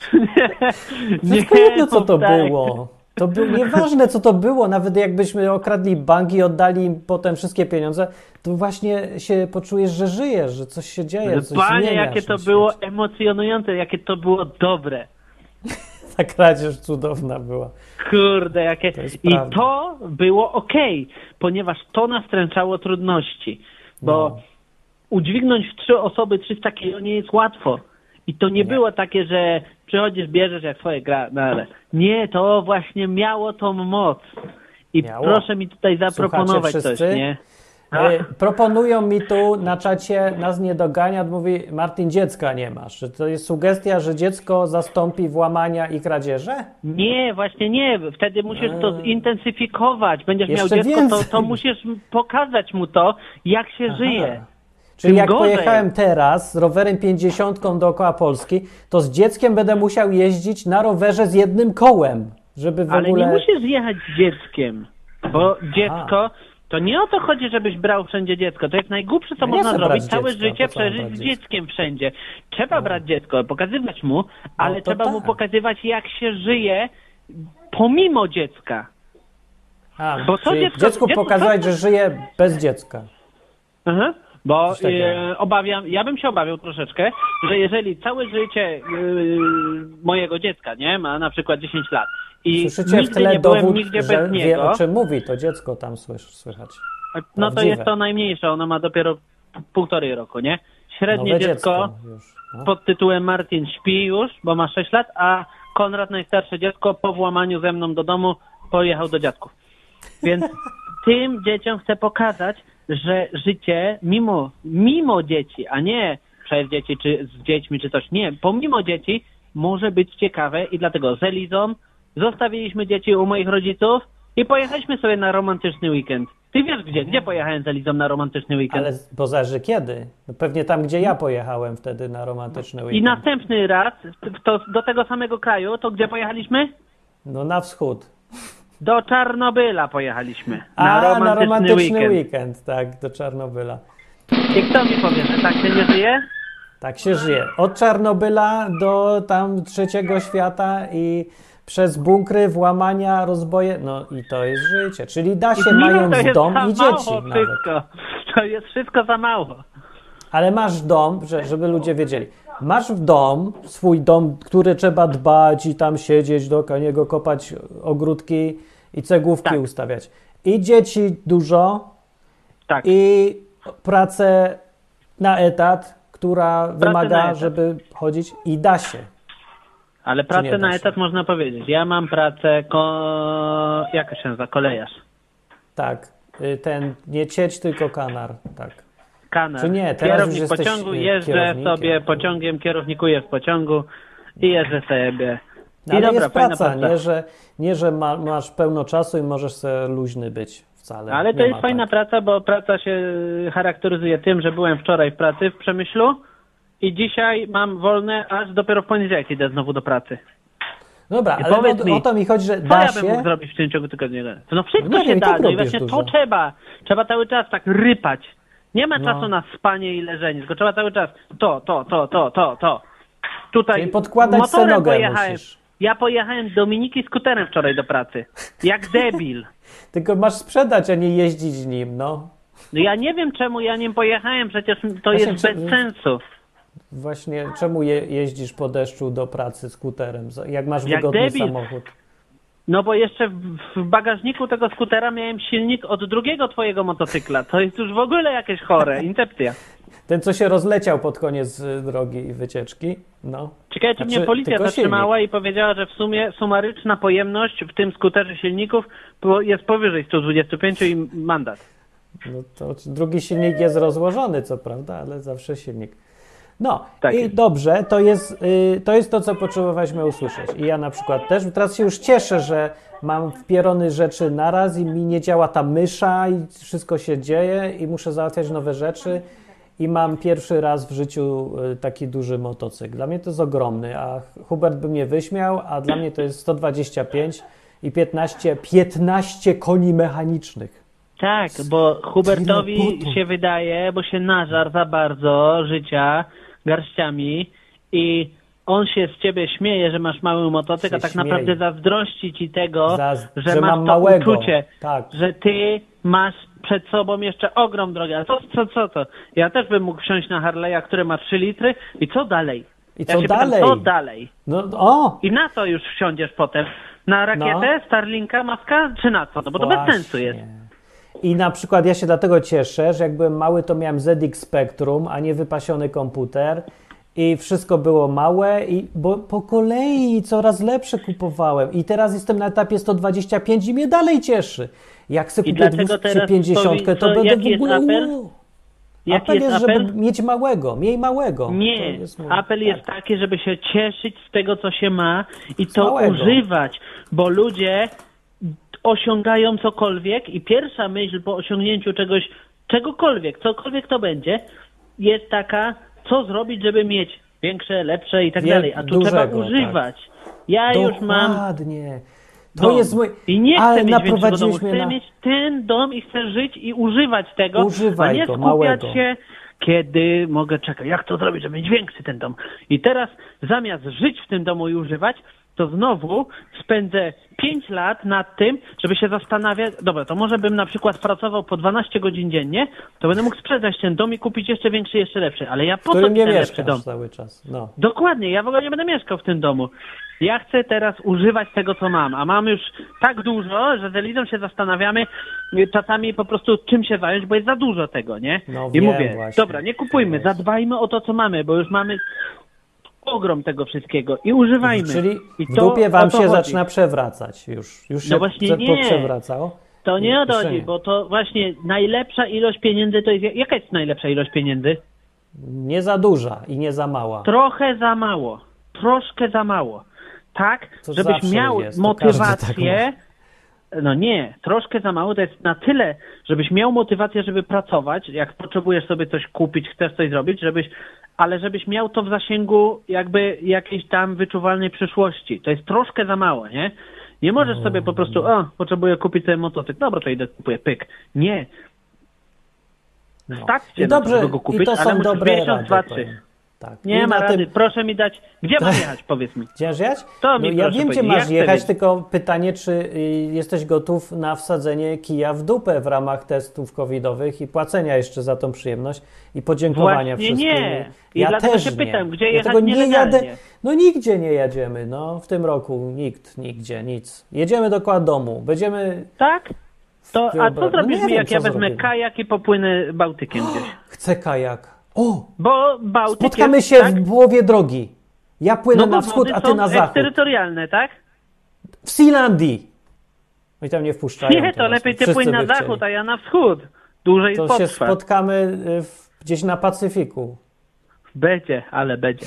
Nie, Wszystko jedno, co to tak. było. To było nieważne, co to było. Nawet jakbyśmy okradli bank i oddali im potem wszystkie pieniądze, to właśnie się poczujesz, że żyjesz, że coś się dzieje, coś Panie, zmieniasz jakie to na było świecie. emocjonujące, jakie to było dobre. Ta kradzież cudowna była. Kurde, jakie... To jest I prawda. to było okej, ponieważ to nastręczało trudności. Bo No. udźwignąć w 3 osoby 300 kilo nie jest łatwo. I to nie było takie, że przychodzisz, bierzesz jak swoje gra, no ale nie, to właśnie miało tą moc. I Miało. proszę mi tutaj zaproponować Słuchacie coś, wszyscy? nie? Proponują mi tu na czacie, nas nie dogania, mówi Martin, dziecka nie masz. Czy to jest sugestia, że dziecko zastąpi włamania i kradzieże? Nie, właśnie nie. Wtedy musisz to zintensyfikować. Będziesz miał Jeszcze dziecko, więcej. to musisz pokazać mu to, jak się żyje. Czyli Tym jak gorzej. pojechałem teraz z rowerem 50 dookoła Polski, to z dzieckiem będę musiał jeździć na rowerze z jednym kołem, żeby w Ale ogóle... nie musisz jechać z dzieckiem, bo dziecko... To nie o to chodzi, żebyś brał wszędzie dziecko. To jest najgłupsze, co No nie można chcę zrobić. brać Całe dziecka. życie Po co mam przeżyć brać z dziecko? dzieckiem wszędzie. Trzeba brać dziecko, pokazywać mu, ale to trzeba mu tak. pokazywać, jak się żyje pomimo dziecka. Bo to czyli dziecku pokazać, że żyje bez dziecka. Aha. Bo Coś takiego. ja bym się obawiał troszeczkę, że jeżeli całe życie mojego dziecka, nie, ma na przykład 10 lat i Słyszycie w nigdy tle nie byłem dowód, nigdzie że bez wie, niego, o czym mówi, to dziecko tam słychać. no to prawdziwe. jest to najmniejsze, ono ma dopiero 1,5 roku, nie? Średnie Nowe dziecko już. No. pod tytułem Martin śpi już, bo ma 6 lat, a Konrad, najstarsze dziecko, po włamaniu ze mną do domu pojechał do dziadków. Więc tym dzieciom chcę pokazać, że życie mimo dzieci, a nie przez dzieci, czy z dziećmi, czy coś, nie, pomimo dzieci może być ciekawe i dlatego z Elizą zostawiliśmy dzieci u moich rodziców i pojechaliśmy sobie na romantyczny weekend. Ty wiesz gdzie? Gdzie pojechałem z Elizą na romantyczny weekend? Ale bo zależy kiedy. No pewnie tam, gdzie ja pojechałem wtedy na romantyczny weekend. I następny raz do tego samego kraju, to gdzie pojechaliśmy? No na wschód. Do Czarnobyla pojechaliśmy. Na romantyczny weekend, tak, do Czarnobyla. I kto mi powie, że tak się nie żyje? Tak się żyje. Od Czarnobyla do tam trzeciego świata i przez bunkry, włamania, rozboje. No i to jest życie. Czyli da się mając dom i dzieci nawet. Wszystko. To jest wszystko za mało. Ale masz dom, żeby ludzie wiedzieli. Masz dom, swój dom, który trzeba dbać i tam siedzieć, do niego kopać ogródki i cegłówki ustawiać. I dzieci dużo, Tak. i pracę na etat, która wymaga, etat. żeby chodzić i da się. Ale nie pracę da na się? etat można powiedzieć. Ja mam pracę, jak się nazywa? Kolejarz. Tak. Ten nie cieć, tylko kanar. Tak. Kanar. Czy nie? Teraz Kierownik już jesteś, pociągu, jeżdżę kierownikiem. sobie pociągiem, kierownikuję w pociągu i jeżdżę sobie. No, I ale dobra, jest fajna praca, nie, że masz pełno czasu i możesz sobie luźny być wcale. Ale Nie to jest ma fajna tak. praca, bo praca się charakteryzuje tym, że byłem wczoraj w pracy w Przemyślu i dzisiaj mam wolne, aż dopiero w poniedziałek idę znowu do pracy. Dobra, I ale powiedz mi, o to mi chodzi, że Co da ja bym mógł się. zrobić w tym ciągu tygodnia? No wszystko Nie się wiem, i da, tak no i robisz właśnie dużo. to trzeba. Trzeba cały czas tak rypać. Nie ma No. czasu na spanie i leżenie, tylko trzeba cały czas to. Tutaj Czyli podkładać motorem se nogę pojechałem. musisz. Ja pojechałem Dominiki skuterem wczoraj do pracy. Jak debil. Tylko masz sprzedać, a nie jeździć nim, no. No ja nie wiem czemu ja nim pojechałem, przecież to Właśnie, jest bez sensu. Właśnie, czemu jeździsz po deszczu do pracy skuterem, jak masz Jak wygodny debil. samochód? No bo jeszcze w bagażniku tego skutera miałem silnik od drugiego twojego motocykla. To jest już w ogóle jakieś chore, incepcja. Ten, co się rozleciał pod koniec drogi i wycieczki, no. Ciekawe, czy mnie policja tylko zatrzymała i powiedziała, że w sumie sumaryczna pojemność w tym skuterze silników jest powyżej 125 i mandat. No to drugi silnik jest rozłożony, co prawda, ale zawsze silnik. No Tak i jest. dobrze, to jest to, co potrzebowaliśmy usłyszeć. I ja na przykład też teraz się już cieszę, że mam wpierony rzeczy naraz i mi nie działa ta mysza i wszystko się dzieje i muszę załatwiać nowe rzeczy i mam pierwszy raz w życiu taki duży motocykl. Dla mnie to jest ogromny, a Hubert by mnie wyśmiał, a dla mnie to jest 125 i 15 koni mechanicznych. Tak, bo Hubertowi Tyle butu. się wydaje, bo się nażar za bardzo życia garściami i on się z ciebie śmieje, że masz mały motocykl, a tak śmieje. naprawdę zazdrości ci tego, że że masz mam to małego. uczucie, Tak. że ty masz przed sobą jeszcze ogrom drogi. Ale co to? Ja też bym mógł wsiąść na Harley'a, który ma 3 litry i co dalej? I Ja co się dalej? Pytam, co dalej? No, o! I na to już wsiądziesz potem. Na rakietę, Starlinka, Maska, czy na co? No bo to bez Właśnie. sensu jest. I na przykład ja się dlatego cieszę, że jak byłem mały, to miałem ZX Spectrum, a nie wypasiony komputer i wszystko było małe, bo po kolei coraz lepsze kupowałem i teraz jestem na etapie 125 i mnie dalej cieszy. Jak sobie I kupię dlatego teraz 250, to będę jaki w jest ogóle... apel? wow. Jaki Apel jest, apel? żeby mieć małego, miej małego. To Nie, jest mój- apel tak. jest taki, żeby się cieszyć z tego, co się ma i to małego. używać, bo ludzie osiągają cokolwiek i pierwsza myśl po osiągnięciu czegoś, cokolwiek to będzie, jest taka, co zrobić, żeby mieć większe, lepsze i tak dalej, a tu dużego, trzeba używać. Ja już mam Dokładnie. To dom jest mój... i nie chcę Ale mieć większego domu, naprowadziłeś mnie chcę na... mieć ten dom i chcę żyć i używać tego, Używaj a nie go, skupiać małego. się, kiedy mogę czekać, jak to zrobić, żeby mieć większy ten dom. I teraz zamiast żyć w tym domu i używać, to znowu spędzę 5 lat nad tym, żeby się zastanawiać, dobra, to może bym na przykład pracował po 12 godzin dziennie, to będę mógł sprzedać ten dom i kupić jeszcze większy, jeszcze lepszy, ale ja w po co którym mi nie ten lepszy mieszkasz dom? cały czas. No. Dokładnie, ja w ogóle nie będę mieszkał w tym domu. Ja chcę teraz używać tego, co mam, a mam już tak dużo, że z Elizą się zastanawiamy czasami po prostu czym się zająć, bo jest za dużo tego, nie? No I wiem mówię, właśnie. dobra, nie kupujmy, zadbajmy o to, co mamy, bo już mamy ogrom tego wszystkiego i używajmy. Czyli I w dupie o wam to się chodzi. zaczyna przewracać już. Już się No właśnie nie. poprzewracało. To nie o to Jeszcze chodzi, nie. bo to właśnie najlepsza ilość pieniędzy to jest... Jaka jest najlepsza ilość pieniędzy? Nie za duża i nie za mała. Trochę za mało. Troszkę za mało. Tak, To żebyś zawsze miał jest, to każdy tak motywację. No nie, troszkę za mało to jest na tyle, żebyś miał motywację, żeby pracować, jak potrzebujesz sobie coś kupić, chcesz coś zrobić, ale żebyś miał to w zasięgu jakby jakiejś tam wyczuwalnej przyszłości. To jest troszkę za mało, nie? Nie możesz sobie po prostu, potrzebuję kupić sobie motocykl, dobra, to idę kupuję, pyk. Nie. No. Starcie I na to, dobrze, żeby go kupić, i to ale są musisz dobre miesiąc, rady, dwa, trzy. powiem. Tak. Nie I ma na rady, tym... proszę mi dać, gdzie mam jechać, powiedz mi. Gdzież jechać? To mi ja proszę wiem, gdzie powiedzieć. Ja masz chcę jechać, wiedzieć. tylko pytanie, czy jesteś gotów na wsadzenie kija w dupę w ramach testów covidowych i płacenia jeszcze za tą przyjemność i podziękowania Właśnie wszystkim. nie. I Ja dlatego też się nie. pytam, gdzie Ja jechać tego nie jadę. nielegalnie? No nigdzie nie jedziemy, no w tym roku nikt, nigdzie, nic. Jedziemy do domu, będziemy... Tak? To, a co No zrobisz nie mi, wiem, jak ja co wezmę zrobimy. kajak i popłynę Bałtykiem gdzieś? Chcę kajak. O! Bo Bałtyk Spotkamy jest, się tak? w połowie drogi. Ja płynę No bo na wschód, wody a ty są na zachód. eksterytorialne, tak? W Sealandii. No i tam nie wpuszczają. Nie, to teraz. lepiej ty Wszyscy płyń na by chcieli. zachód, a ja na wschód. Dłużej To się potrwa. spotkamy gdzieś na Pacyfiku. Będzie, ale będzie.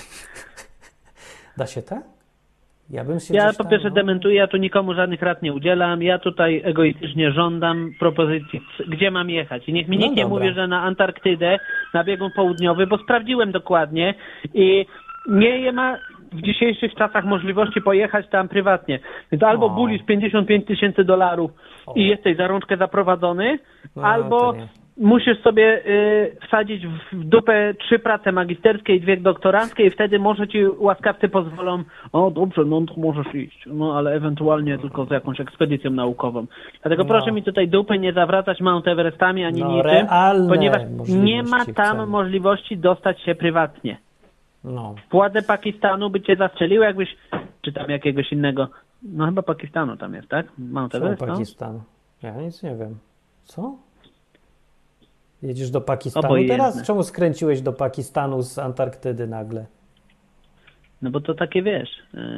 Da się tak? Ja bym się Ja gdzieś po tam, pierwsze no. dementuję, ja tu nikomu żadnych rad nie udzielam. Ja tutaj egoistycznie żądam propozycji, gdzie mam jechać. I niech mi No nikt nie dobra. mówi, że na Antarktydę, na biegun południowy, bo sprawdziłem dokładnie i nie ma w dzisiejszych czasach możliwości pojechać tam prywatnie. Więc albo O. bulisz $55,000 i jesteś za rączkę zaprowadzony, No, albo to nie. musisz sobie wsadzić w dupę 3 prace magisterskie i 2 doktoranckie i wtedy może ci łaskawcy pozwolą, o dobrze, no to możesz iść, no ale ewentualnie tylko z jakąś ekspedycją naukową. Dlatego No. proszę mi tutaj dupy nie zawracać Mount Everestami ani No, niczym, realne ponieważ nie ma możliwości tam chcemy. możliwości dostać się prywatnie. No. Władze Pakistanu by cię zastrzeliły, jakbyś, czy tam jakiegoś innego, no chyba Pakistanu tam jest, tak? Mount Co Everest, no? Pakistan? Ja nic nie wiem. Co? Jedziesz do Pakistanu Obojętne. teraz? Czemu skręciłeś do Pakistanu z Antarktydy nagle? No bo to takie, wiesz,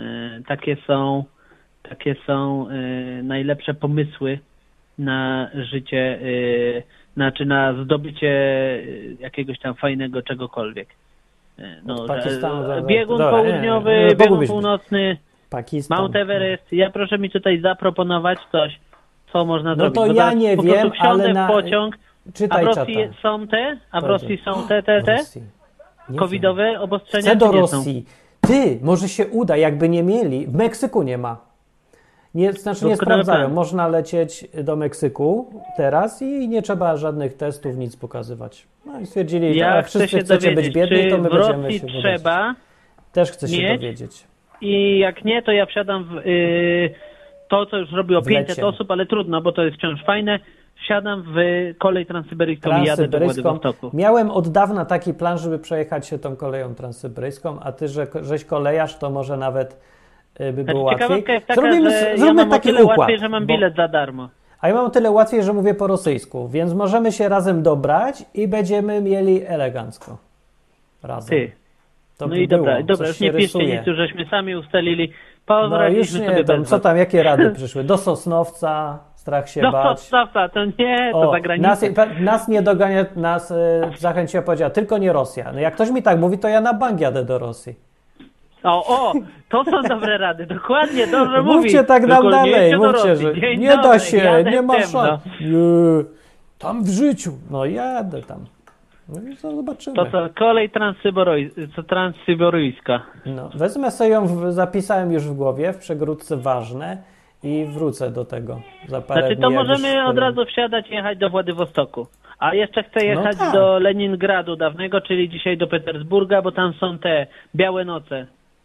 takie są najlepsze pomysły na życie, znaczy na zdobycie jakiegoś tam fajnego czegokolwiek. Od Pakistanu do- biegun dobra, południowy, nie, biegun pogubisz mnie. północny, Pakistan. Mount Everest. Ja proszę mi tutaj zaproponować coś, co można No zrobić. to Bo ja teraz nie po wiem, prostu wsiądę ale w pociąg, A Czytaj w Rosji czata. są te? A w Dobrze. Rosji są te Rosji. Nie covidowe obostrzenia? Chcę do czy nie są? Rosji. Ty, może się uda, jakby nie mieli. W Meksyku nie ma. Nie, znaczy nie Doskonały sprawdzają. plan. Można lecieć do Meksyku teraz i nie trzeba żadnych testów, nic pokazywać. No i stwierdzili, że Ja jak chcę wszyscy się chcecie dowiedzieć, być biedni, czy to my w będziemy Rosji się trzeba Też chcę się mieć? dowiedzieć. I jak nie, to ja wsiadam w to, co już robiło W 500 lecie. osób, ale trudno, bo to jest wciąż fajne. Wsiadam w kolej transsyberyjską i jadę do Transsyberyjską. Władywostoku. Miałem od dawna taki plan, żeby przejechać się tą koleją transsyberyjską, a ty, żeś kolejarz, to może nawet by było łatwiej. Ciekawostka jest taka, Zróbmy że ja zróbmy mam o taki tyle układ. łatwiej, że mam bo- bilet za darmo. A ja mam o tyle łatwiej, że mówię po rosyjsku, więc możemy się razem dobrać i będziemy mieli elegancko. Razem. Ty. To No by i było, dobra, coś już się nie piszcie rysuje. nic, już żeśmy sami ustalili. No już Poradziliśmy nie, sobie tam, bez co was. tam, jakie rady przyszły? Do Sosnowca, strach się No bać. to nie, to za granicą. Nas nie dogania, nas zachęciła, powiedziała, tylko nie Rosja. No jak ktoś mi tak mówi, to ja na bank jadę do Rosji. O, to są dobre rady, dokładnie, dobrze Mówcie mówisz. tak nam Tylko nie dalej, jedźcie do mówcie, Rosji. że Dzień nie da dobry, się, jadę nie ma w ciemno. szans. Nie, tam w życiu. No jadę tam. No i co zobaczymy. To co, kolej transsyberyjska. No, wezmę sobie ją, zapisałem już w głowie, w przegródce ważne i wrócę do tego za parę Znaczy dni. to jak możemy już od powiem. razu wsiadać i jechać do Władywostoku. A jeszcze chcę jechać tak. do Leningradu dawnego, czyli dzisiaj do Petersburga, bo tam są te białe noce.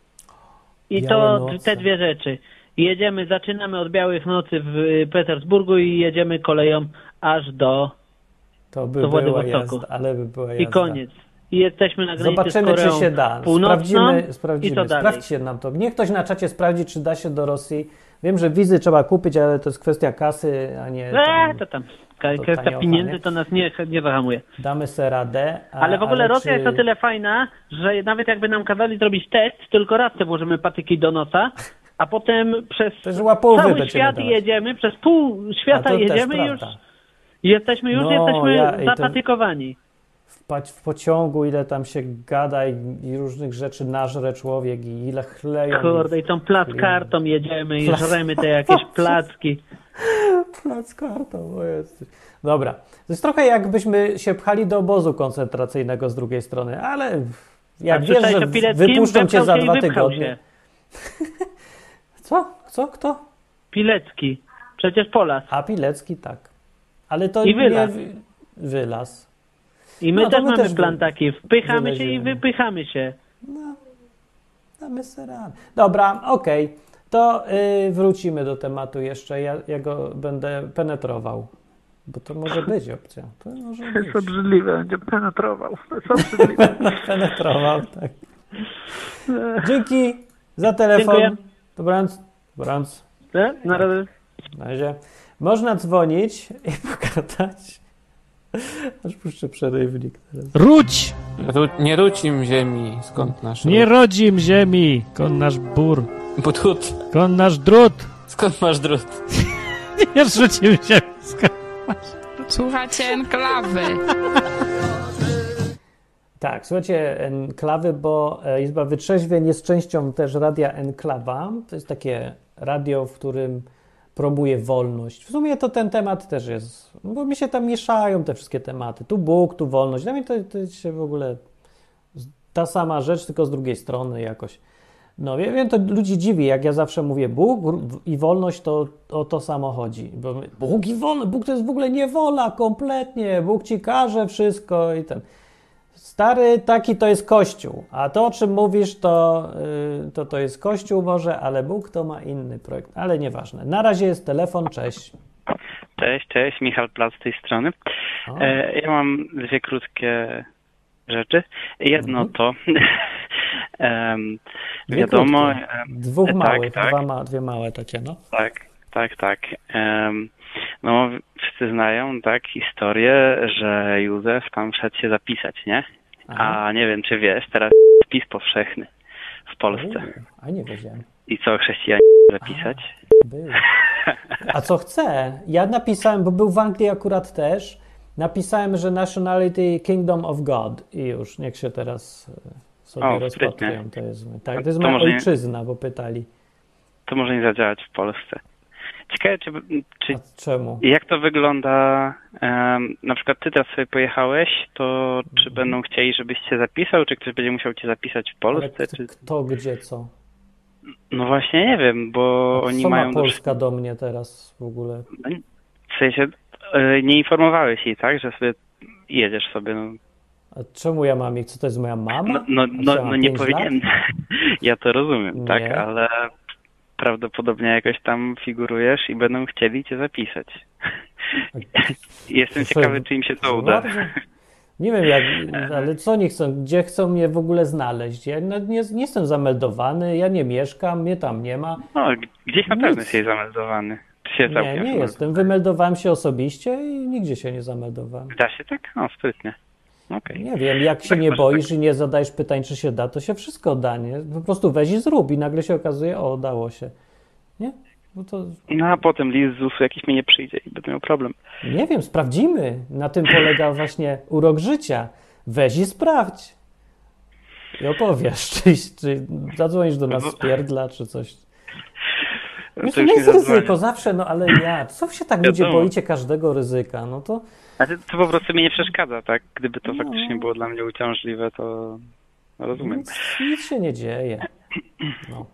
I Białe to noce. te dwie rzeczy. Zaczynamy od białych nocy w Petersburgu i jedziemy koleją aż do To by do była Władywostoku. jazda, ale by była jazda. i koniec. I jesteśmy na granicy z Zobaczymy, czy Koreą się da. Północną Sprawdzimy. i to dalej. Sprawdźcie nam to. Niech ktoś na czacie sprawdzi, czy da się do Rosji. Wiem, że wizy trzeba kupić, ale to jest kwestia kasy, a nie To tam. taniocha, Kwestia pieniędzy nie? to nas nie zahamuje. damy sobie radę. Ale w ogóle Rosja czy... jest o tyle fajna, że nawet jakby nam kazali zrobić test, tylko raz te włożymy patyki do nosa, a potem przez Też łapówy cały będziemy świat dawać. jedziemy, przez pół A świata to też jedziemy i już prawda. jesteśmy i to- zapatykowani. W pociągu, ile tam się gada i różnych rzeczy nażre człowiek i ile chleją. Kurde, i tą plackartą jedziemy i żremy te jakieś placki. Plac kartą, o jesteś. Dobra. To jest trochę jakbyśmy się pchali do obozu koncentracyjnego z drugiej strony, ale jak wiesz, Słyszałeś że o Pileckim? wypuszczą cię Wepchał za się i 2 wypchał tygodnie. się. Co? Kto? Pilecki. Przecież Polas. A Pilecki tak. Ale to I wylaz. nie wylaz. I my No to też my mamy też plan taki. Wpychamy się i wyleziemy. wypychamy się. Damy sobie radę. Dobra, okej. To wrócimy do tematu jeszcze. Ja go będę penetrował. Bo to może być opcja. To może być. obrzydliwe, będzie penetrował. To jest obrzydliwe. Penetrował, tak. Dzięki za telefon. Dziękuję. Dobranoc. Dobranoc. Na razie. Na razie. Można dzwonić i pogadać. Aż puszczę przerywnik teraz. Ruć! Nie rucim ziemi, skąd nasz Nie ród? rodzim ziemi, kon nasz bór, Drut. kon nasz drut. Skąd masz drut? Nie rzucił ziemi, skąd Słuchacie enklawy. Tak, słuchajcie, Enklawy, bo Izba Wytrzeźwień jest częścią też Radia Enklawa. To jest takie radio, w którym promuje wolność. W sumie to ten temat też jest, bo mi się tam mieszają te wszystkie tematy. Tu Bóg, tu wolność. Dla mnie to się w ogóle ta sama rzecz, tylko z drugiej strony jakoś. No wiem, to ludzi dziwi, jak ja zawsze mówię Bóg i wolność, to o to samo chodzi. Bo Bóg i wolność, Bóg to jest w ogóle niewola kompletnie. Bóg ci każe wszystko i ten... Stary, taki to jest Kościół, a to, o czym mówisz, to jest Kościół może, ale Bóg to ma inny projekt, ale nieważne. Na razie jest telefon, cześć. Cześć, Michał Plac z tej strony. O. Ja mam dwie krótkie rzeczy. Jedno to Dwie wiadomo... krótkie. Dwóch małych, tak. dwie małe takie, no. Tak. No, wszyscy znają, tak, historię, że Józef tam szedł się zapisać, nie? Aha. A nie wiem, czy wiesz, teraz spis powszechny w Polsce. A nie wiedziałem. I co, chrześcijanie zapisać? Był. A co chcę? Ja napisałem, bo był w Anglii akurat też, napisałem, że nationality Kingdom of God i już, niech się teraz sobie rozpatrują. To jest moja może ojczyzna, bo pytali. To może nie zadziałać w Polsce. Ciekawe, czy A czemu? jak to wygląda, na przykład ty teraz sobie pojechałeś, to czy będą chcieli, żebyś się zapisał, czy ktoś będzie musiał cię zapisać w Ale Polsce? Czy... kto, gdzie, co? No właśnie nie wiem, bo A oni co mają... ma Polska do mnie teraz w ogóle? W sensie, nie informowałeś jej, tak, że sobie jedziesz sobie, no. A czemu ja mam ich? Co to jest moja mama? No nie powinienem. Ja to rozumiem, Nie. tak, ale prawdopodobnie jakoś tam figurujesz i będą chcieli cię zapisać. Jestem ciekawy, czy im się to uda. Bardzo... Nie wiem, ale co oni chcą? Gdzie chcą mnie w ogóle znaleźć? Ja nie jestem zameldowany, ja nie mieszkam, mnie tam nie ma. No, gdzieś na pewno Nic. jesteś zameldowany. Czy się Nie całkiem jestem. Wymeldowałem się osobiście i nigdzie się nie zameldowałem. Da się tak? No, sprytnie. Okej. Nie wiem, jak się Tak, nie masz boisz i nie zadajesz pytań, czy się da, to się wszystko da, nie? Po prostu weź i zrób i nagle się okazuje, o, dało się. Nie? No to No a potem list z ZUS-u jakiś mi nie przyjdzie i będę miał problem. nie wiem, sprawdzimy. Na tym polega właśnie urok życia. Weź i sprawdź. I opowiesz, czy zadzwonisz do nas z pierdla, czy coś. Wiesz, to już nie nie jest zadzwonię. ryzyko zawsze, no ale co się tak ludzie Wiadomo. boicie każdego ryzyka? No to A to po prostu mi nie przeszkadza, tak? Gdyby to faktycznie było dla mnie uciążliwe, to rozumiem. nic się nie dzieje. No.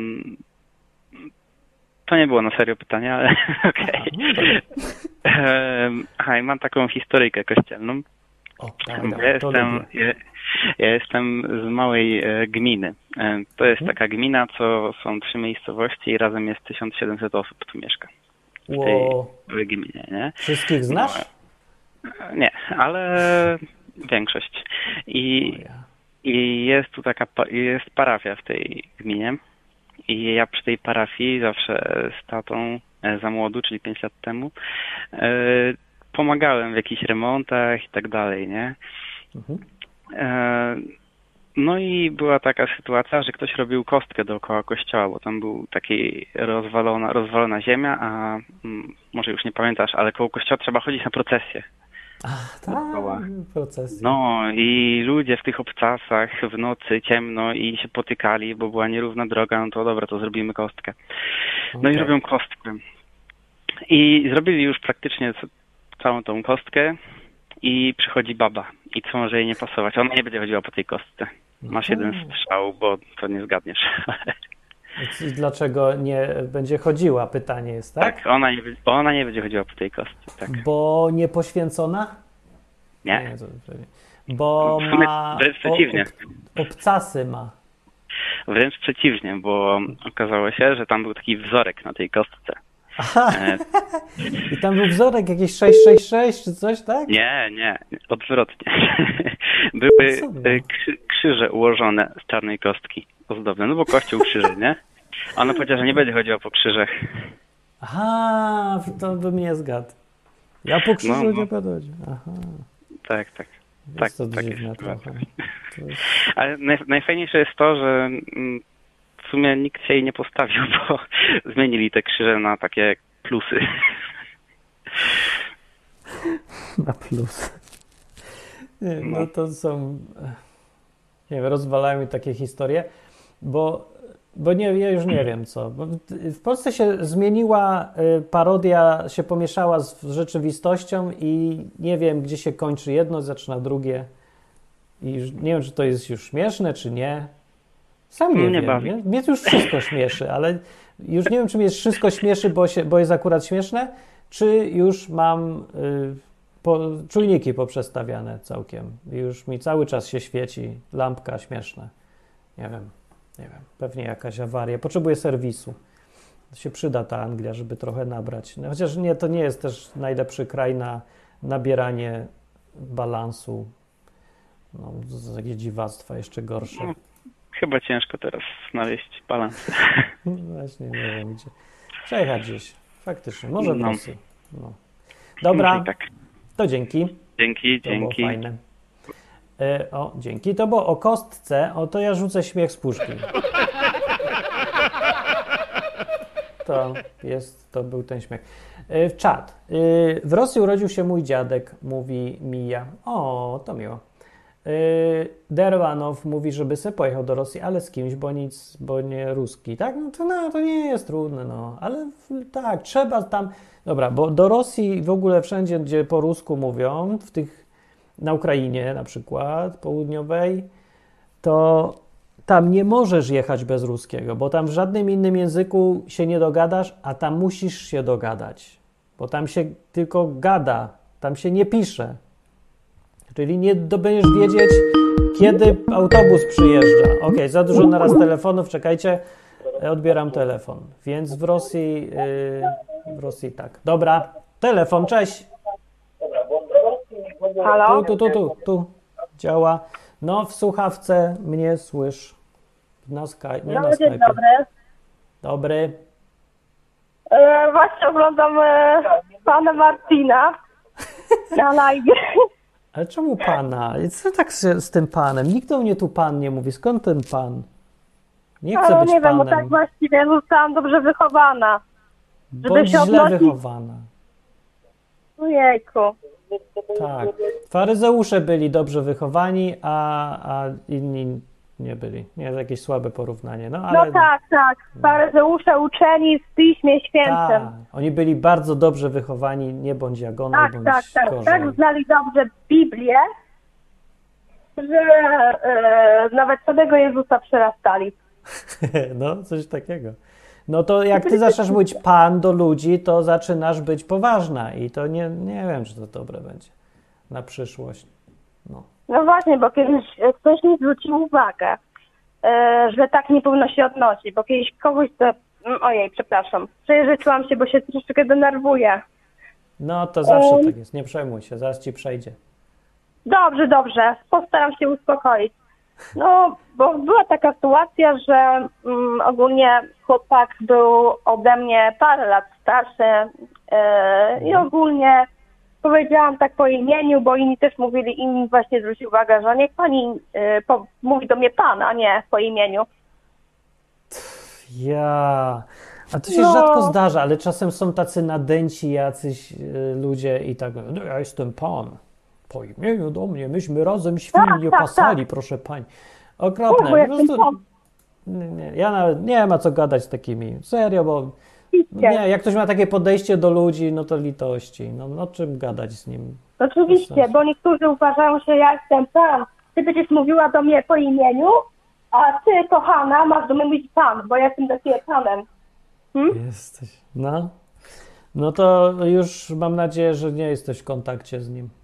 To nie było na serio pytanie, ale okej. Aha, i mam taką historyjkę kościelną. O, Ja jestem z małej gminy. To jest taka gmina, co są 3 miejscowości i razem jest 1700 osób tu mieszka. W tej gminie, nie? Wszystkich znasz? No, nie, ale większość. I jest tu jest parafia w tej gminie. I ja przy tej parafii zawsze z tatą za młodu, czyli 5 lat temu, pomagałem w jakichś remontach i tak dalej, nie? No i była taka sytuacja, że ktoś robił kostkę dookoła kościoła, bo tam był taki rozwalona ziemia, a może już nie pamiętasz, ale koło kościoła trzeba chodzić na procesję. Procesy. No i ludzie w tych obcasach w nocy ciemno i się potykali, bo była nierówna droga, no to dobra, to zrobimy kostkę. No i robią kostkę. I zrobili już praktycznie całą tą kostkę i przychodzi baba. I co może jej nie pasować? Ona nie będzie chodziła po tej kostce. Masz jeden strzał, bo to nie zgadniesz. I dlaczego nie będzie chodziła? Pytanie jest, tak? Tak, ona nie będzie chodziła po tej kostce, tak. Bo nie poświęcona? Nie. Bo w sumie ma... wręcz przeciwnie. Obcasy ma. Wręcz przeciwnie, bo okazało się, że tam był taki wzorek na tej kostce. Aha. I tam był wzorek jakiś 666 czy coś, tak? Nie, odwrotnie. Były krzyże ułożone z czarnej kostki ozdobne, no bo kościół krzyży, nie? Ona powiedziała, że nie będzie chodziła po krzyżach. Aha, to bym nie zgadł. Ja po krzyżu nie będę chodził. Aha. Tak. Jest to tak dziwne jest. trochę. Ale najfajniejsze jest to, że w sumie nikt się jej nie postawił, bo zmienili te krzyże na takie plusy. Na plus. Nie, no to są... Nie wiem, rozwalają mi takie historie, bo ja już nie wiem co. Bo w Polsce się zmieniła, parodia się pomieszała z rzeczywistością i nie wiem, gdzie się kończy jedno, zaczyna drugie. I już nie wiem, czy to jest już śmieszne, czy nie. Sam nie wiem. Bawi. Mnie już wszystko śmieszy, ale już nie wiem, czy mnie wszystko śmieszy, bo jest akurat śmieszne, czy już mam czujniki poprzestawiane całkiem. I już mi cały czas się świeci lampka śmieszna. Nie wiem. Pewnie jakaś awaria. Potrzebuję serwisu. To się przyda ta Anglia, żeby trochę nabrać. No, chociaż nie, to nie jest też najlepszy kraj na nabieranie balansu. No, jakieś dziwactwa jeszcze gorsze. No, chyba ciężko teraz znaleźć balans. No właśnie, nie wiem gdzie. Przejechać gdzieś. Faktycznie. Może w Rosji. No. Dobra. Tak. To dzięki. Dzięki. Było fajne. Dzięki. To było o kostce. To ja rzucę śmiech z puszki. To był ten śmiech. Czad. W Rosji urodził się mój dziadek, mówi Mija. O, to miło. Derwanow mówi, żeby se pojechał do Rosji, ale z kimś, bo nie ruski, tak? To nie jest trudne, no, ale tak, trzeba tam, dobra, bo do Rosji w ogóle wszędzie, gdzie po rusku mówią, na Ukrainie na przykład, południowej, to tam nie możesz jechać bez ruskiego, bo tam w żadnym innym języku się nie dogadasz, a tam musisz się dogadać, bo tam się tylko gada, tam się nie pisze. Czyli nie będziesz wiedzieć, kiedy autobus przyjeżdża. Okej, za dużo naraz telefonów, czekajcie, odbieram telefon. Więc w Rosji tak. Dobra, telefon, cześć. Halo? Tu. Działa. No, w słuchawce mnie słysz. Na Skype, nie na Skype. Dzień dobry. Dobry. Właśnie oglądam pana Martina na live. Ale czemu pana? Co tak z tym panem? Nikt do mnie tu pan nie mówi. Skąd ten pan? Nie chcę być nie wiem, panem. bo tak właściwie zostałam dobrze wychowana. Bądź źle wychowana. Ojejku. Tak. Faryzeusze byli dobrze wychowani, a inni nie byli. Nie, jest jakieś słabe porównanie. No, ale... No tak. Faryzeusze uczeni w Piśmie Świętym. Tak. Oni byli bardzo dobrze wychowani. Nie bądź jak ona, bądź gorzej. Tak znali dobrze Biblię, że nawet samego Jezusa przerastali. No, coś takiego. No to jak ty zaczynasz mówić pan do ludzi, to zaczynasz być poważna i to nie wiem, czy to dobre będzie na przyszłość. No właśnie, bo kiedyś ktoś mi zwrócił uwagę, że tak nie powinno się odnosić, bo kiedyś kogoś przejeżyczyłam się, bo się troszeczkę denerwuję. No to zawsze tak jest, nie przejmuj się, zaraz ci przejdzie. Dobrze, postaram się uspokoić. No, bo była taka sytuacja, że ogólnie chłopak był ode mnie parę lat starszy i ogólnie powiedziałam tak po imieniu, bo inni też mówili, inni właśnie zwrócił uwagę, że niech pani mówi do mnie pan, a nie po imieniu. A to się rzadko zdarza, ale czasem są tacy nadęci jacyś ludzie i tak, no ja jestem pan, po imieniu do mnie, myśmy razem świnie pasali, proszę pani. Okropne. Po prostu, ja nawet nie ma co gadać z takimi, serio, bo nie, jak ktoś ma takie podejście do ludzi, no to litości, no czym gadać z nim? Oczywiście, bo niektórzy uważają, że ja jestem pan, ty będziesz mówiła do mnie po imieniu, a ty, kochana, masz do mnie mówić pan, bo ja jestem dla ciebie panem. Jesteś, no to już mam nadzieję, że nie jesteś w kontakcie z nim.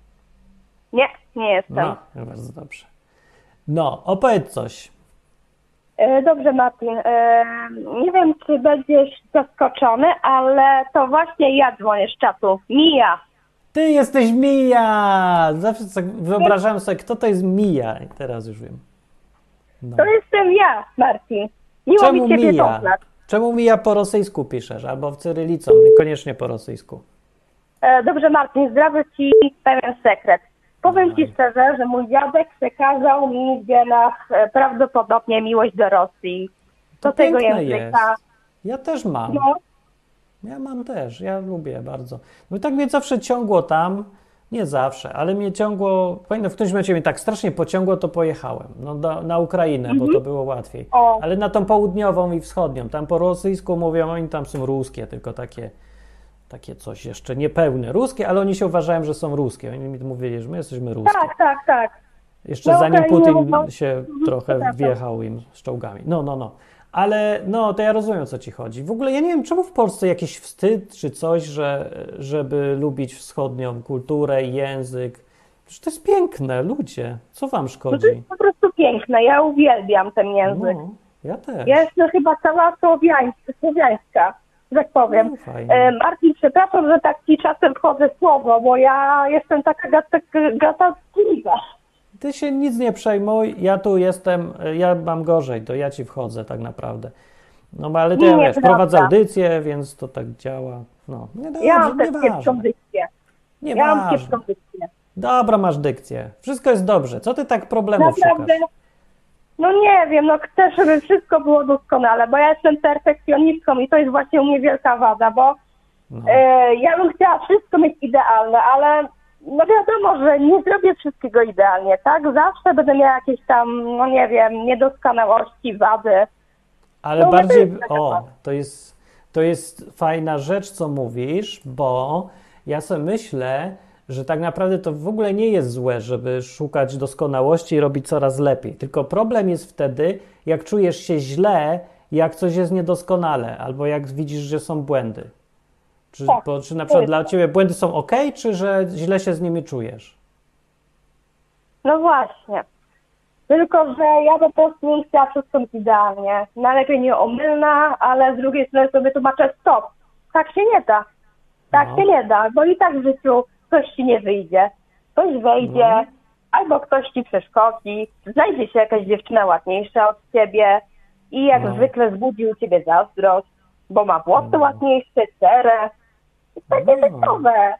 Nie jestem. No, bardzo dobrze. No, opowiedz coś. Dobrze, Martin. Nie wiem, czy będziesz zaskoczony, ale to właśnie ja dzwonię z czatu. Mija. Ty jesteś Mija! Zawsze wyobrażałem sobie, kto to jest Mija. I teraz już wiem. No. To jestem ja, Martin. Miło mi ciebie poznać. Czemu Mija po rosyjsku piszesz? Albo w cyrylicą, niekoniecznie po rosyjsku. Dobrze, Martin, zdradzę ci pewien sekret. Powiem ci szczerze, że mój dziadek przekazał mi w genach prawdopodobnie miłość do Rosji. Do tego języka. Jest. Ja też mam. No. Ja mam też. Ja lubię bardzo. No tak mnie zawsze ciągło tam. Nie zawsze, ale mnie ciągło. Pamiętam, w którymś momencie mnie tak strasznie pociągło, to pojechałem. Na Ukrainę, bo to było łatwiej. Ale na tą południową i wschodnią. Tam po rosyjsku mówią, oni tam są ruskie, tylko takie coś jeszcze niepełne. Ruskie, ale oni się uważają, że są ruskie. Oni mi mówili, że my jesteśmy ruskie. Tak. Jeszcze zanim Putin się trochę wjechał im z czołgami. No. Ale to ja rozumiem, o co ci chodzi. W ogóle ja nie wiem, czemu w Polsce jakiś wstyd czy coś, żeby lubić wschodnią kulturę i język. Przecież to jest piękne, ludzie. Co wam szkodzi? No to jest po prostu piękne. Ja uwielbiam ten język. No, ja też. Ja jestem chyba cała słowiańska, że tak powiem. Martin, przepraszam, że tak ci czasem wchodzę w słowo, bo ja jestem taka gadatliwa. Ty się nic nie przejmuj, ja tu jestem, ja mam gorzej, to ja ci wchodzę tak naprawdę. No ale ty wiesz, prowadzę audycję, więc to tak działa. No, ja mam też kiepską dykcję. Dobra, masz dykcję. Wszystko jest dobrze. Co ty tak problemów naprawdę szukasz? No nie wiem, chcę, żeby wszystko było doskonale, bo ja jestem perfekcjonistką i to jest właśnie u mnie wielka wada, bo ja bym chciała wszystko mieć idealne, ale no wiadomo, że nie zrobię wszystkiego idealnie, tak? Zawsze będę miała jakieś tam, no nie wiem, niedoskonałości, wady. Ale No, bardziej, to to jest fajna rzecz, co mówisz, bo ja sobie myślę, że tak naprawdę to w ogóle nie jest złe, żeby szukać doskonałości i robić coraz lepiej. Tylko problem jest wtedy, jak czujesz się źle, jak coś jest niedoskonale, albo jak widzisz, że są błędy. Czy na przykład dla ciebie błędy są ok, czy że źle się z nimi czujesz? No właśnie. Tylko, że ja po prostu bym chciała wszystko mieć idealnie. Najlepiej nieomylna, ale z drugiej strony sobie tłumaczę stop. Tak się nie da. Tak się nie da, bo i tak w życiu coś ci nie wyjdzie. Ktoś wejdzie, albo ktoś ci przeszkodzi, znajdzie się jakaś dziewczyna ładniejsza od ciebie i jak zwykle wzbudzi u ciebie zazdrość, bo ma włosy ładniejsze, cerę. Takie typowe.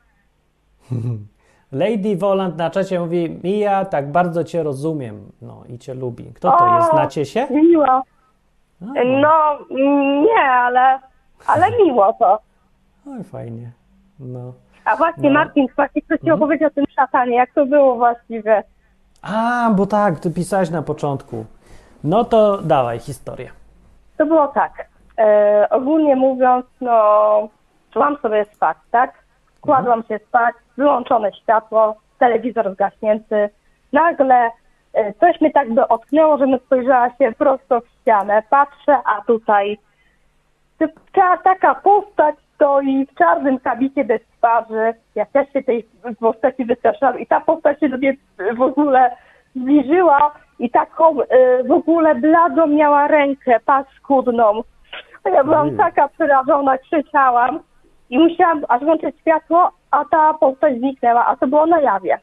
Lady Volant na czacie mówi: Mija, tak bardzo cię rozumiem. No i cię lubi. Kto to jest? Znacie się? Miło. No, nie, ale miło to. Oj, fajnie. No. A właśnie, Martin, właśnie chcę ci opowiedzieć o tym szatanie, jak to było właściwie. A, bo tak, ty pisałeś na początku. No to dawaj historię. To było tak. Ogólnie mówiąc, no, szłam sobie spać, tak? Kładłam się spać, wyłączone światło, telewizor zgaśnięty. Nagle coś mnie tak dotknęło, że spojrzała się prosto w ścianę. Patrzę, a tutaj taka postać stoi w czarnym kabicie bez twarzy. Ja też się tej postaci wystraszyłam i ta postać się do mnie w ogóle zbliżyła i taką w ogóle bladą miała rękę paskudną. A ja byłam taka przerażona, krzyczałam i musiałam aż włączyć światło, a ta postać zniknęła, a to było na jawie.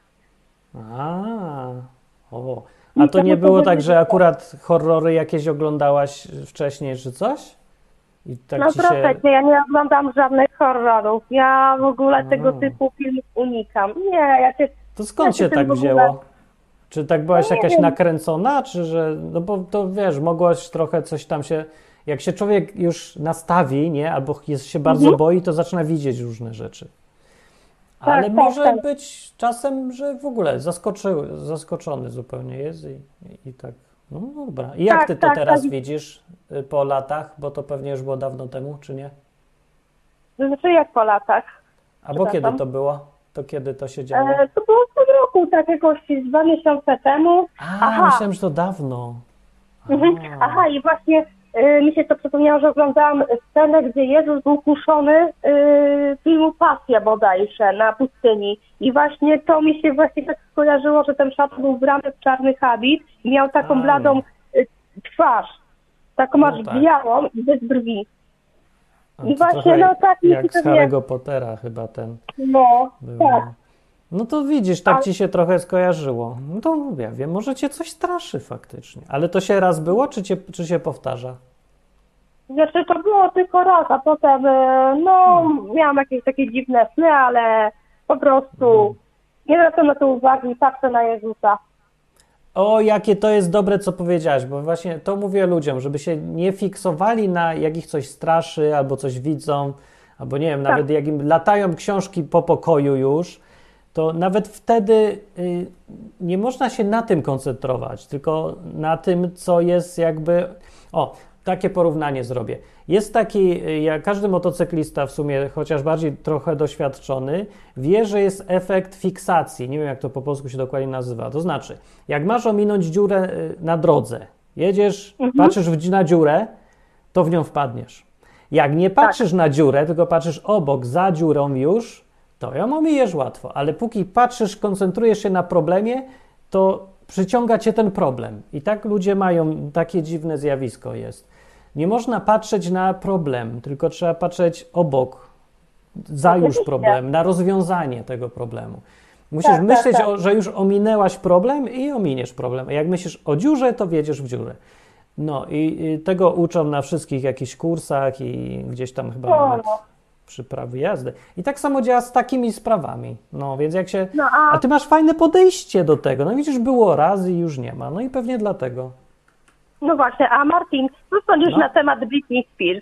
A to nie było tak, że akurat horrory jakieś oglądałaś wcześniej, czy coś? I tak no ci proszę cię, ja nie oglądam żadnych horrorów. Ja w ogóle tego typu filmów unikam. Nie, ja cię... To skąd się tak wzięło? Czy tak byłaś jakaś nakręcona, czy że... No bo to wiesz, mogłaś trochę coś tam się... Jak się człowiek już nastawi, nie? Albo się bardzo boi, to zaczyna widzieć różne rzeczy. Ale może być czasem, że w ogóle zaskoczony zupełnie jest i tak. No dobra. I jak ty to teraz widzisz po latach? Bo to pewnie już było dawno temu, czy nie? Znaczy jak po latach? Albo kiedy to było? To kiedy to się działo? To było w tym roku, tak jakoś 2 miesiące temu. Myślałem, że to dawno. Aha, i właśnie mi się to przypomniało, że oglądałam scenę, gdzie Jezus był kuszony filmu Pasja bodajże na pustyni. I właśnie to mi się właśnie tak skojarzyło, że ten szatan był ubrany w czarny habit i miał taką bladą twarz. Taką aż białą i bez brwi. I właśnie, no tak... Jak z Harry'ego Pottera chyba ten... No, tak. No to widzisz, tak ci się trochę skojarzyło. No to ja wiem, może cię coś straszy faktycznie. Ale to się raz było, czy się powtarza? Znaczy to było tylko raz, a potem miałam jakieś takie dziwne sny, ale po prostu nie zwracam na to uwagi i patrzę na Jezusa. O, jakie to jest dobre, co powiedziałaś, bo właśnie to mówię ludziom, żeby się nie fiksowali na jak ich coś straszy, albo coś widzą, albo nie wiem, nawet jak im latają książki po pokoju już, to nawet wtedy nie można się na tym koncentrować, tylko na tym, co jest jakby... O, takie porównanie zrobię. Jest taki, każdy motocyklista w sumie, chociaż bardziej trochę doświadczony, wie, że jest efekt fiksacji. Nie wiem, jak to po polsku się dokładnie nazywa. To znaczy, jak masz ominąć dziurę na drodze, jedziesz, patrzysz na dziurę, to w nią wpadniesz. Jak nie patrzysz na dziurę, tylko patrzysz obok, za dziurą już, to ją omijesz łatwo. Ale póki patrzysz, koncentrujesz się na problemie, to przyciąga cię ten problem. I tak ludzie mają, takie dziwne zjawisko jest. Nie można patrzeć na problem, tylko trzeba patrzeć obok, za już problem, na rozwiązanie tego problemu. Musisz myśleć, że już ominęłaś problem i ominiesz problem. A jak myślisz o dziurze, to wjedziesz w dziurę. No i tego uczą na wszystkich jakichś kursach i gdzieś tam chyba nawet przy prawie jazdy. I tak samo działa z takimi sprawami. No więc jak się... A ty masz fajne podejście do tego. No widzisz, było raz i już nie ma. No i pewnie dlatego. No właśnie, a Martin, co sądzisz na temat Britney Spears?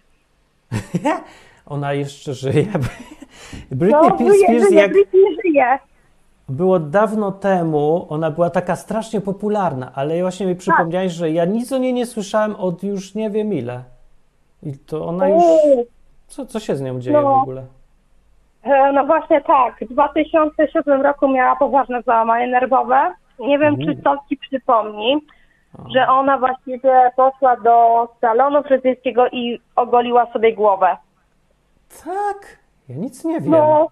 Ona jeszcze żyje. Britney Spears Britney żyje. Było dawno temu, ona była taka strasznie popularna, ale właśnie mi przypomniałeś, że ja nic o niej nie słyszałem od już nie wiem ile. I to ona już... Co się z nią dzieje w ogóle? No właśnie tak. W 2007 roku miała poważne załamanie nerwowe. Nie wiem, czy to ci przypomni, że ona właściwie poszła do salonu fryzjerskiego i ogoliła sobie głowę. Tak? Ja nic nie wiem. No,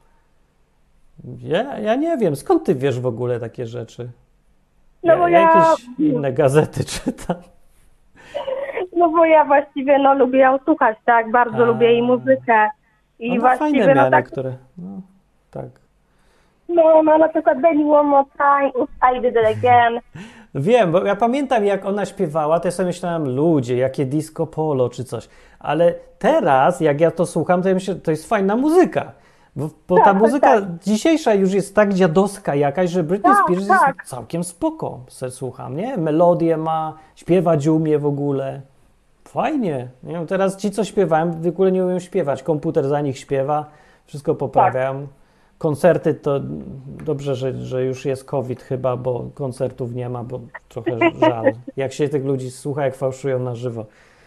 Ja nie wiem. Skąd ty wiesz w ogóle takie rzeczy? No bo ja... Jakieś inne gazety czytam. No bo ja właściwie lubię ją słuchać, tak? Bardzo lubię jej muzykę. I Ona właściwie fajne miała tak. niektóre. No, tak. No, na przykład Baby One More Time, I Did It Again. Wiem, bo ja pamiętam, jak ona śpiewała, to ja sobie myślałem, ludzie, jakie disco polo czy coś. Ale teraz, jak ja to słucham, to ja myślę, to jest fajna muzyka. Bo ta muzyka dzisiejsza już jest tak dziadowska jakaś, że Britney Spears jest całkiem spoko. Se słucham, nie? Melodię ma, śpiewać umie w ogóle. Fajnie. Nie wiem, teraz ci, co śpiewałem, w ogóle nie umieją śpiewać. Komputer za nich śpiewa, wszystko poprawiają. Koncerty to dobrze, że już jest COVID chyba, bo koncertów nie ma, bo trochę żal. Jak się tych ludzi słucha, jak fałszują na żywo.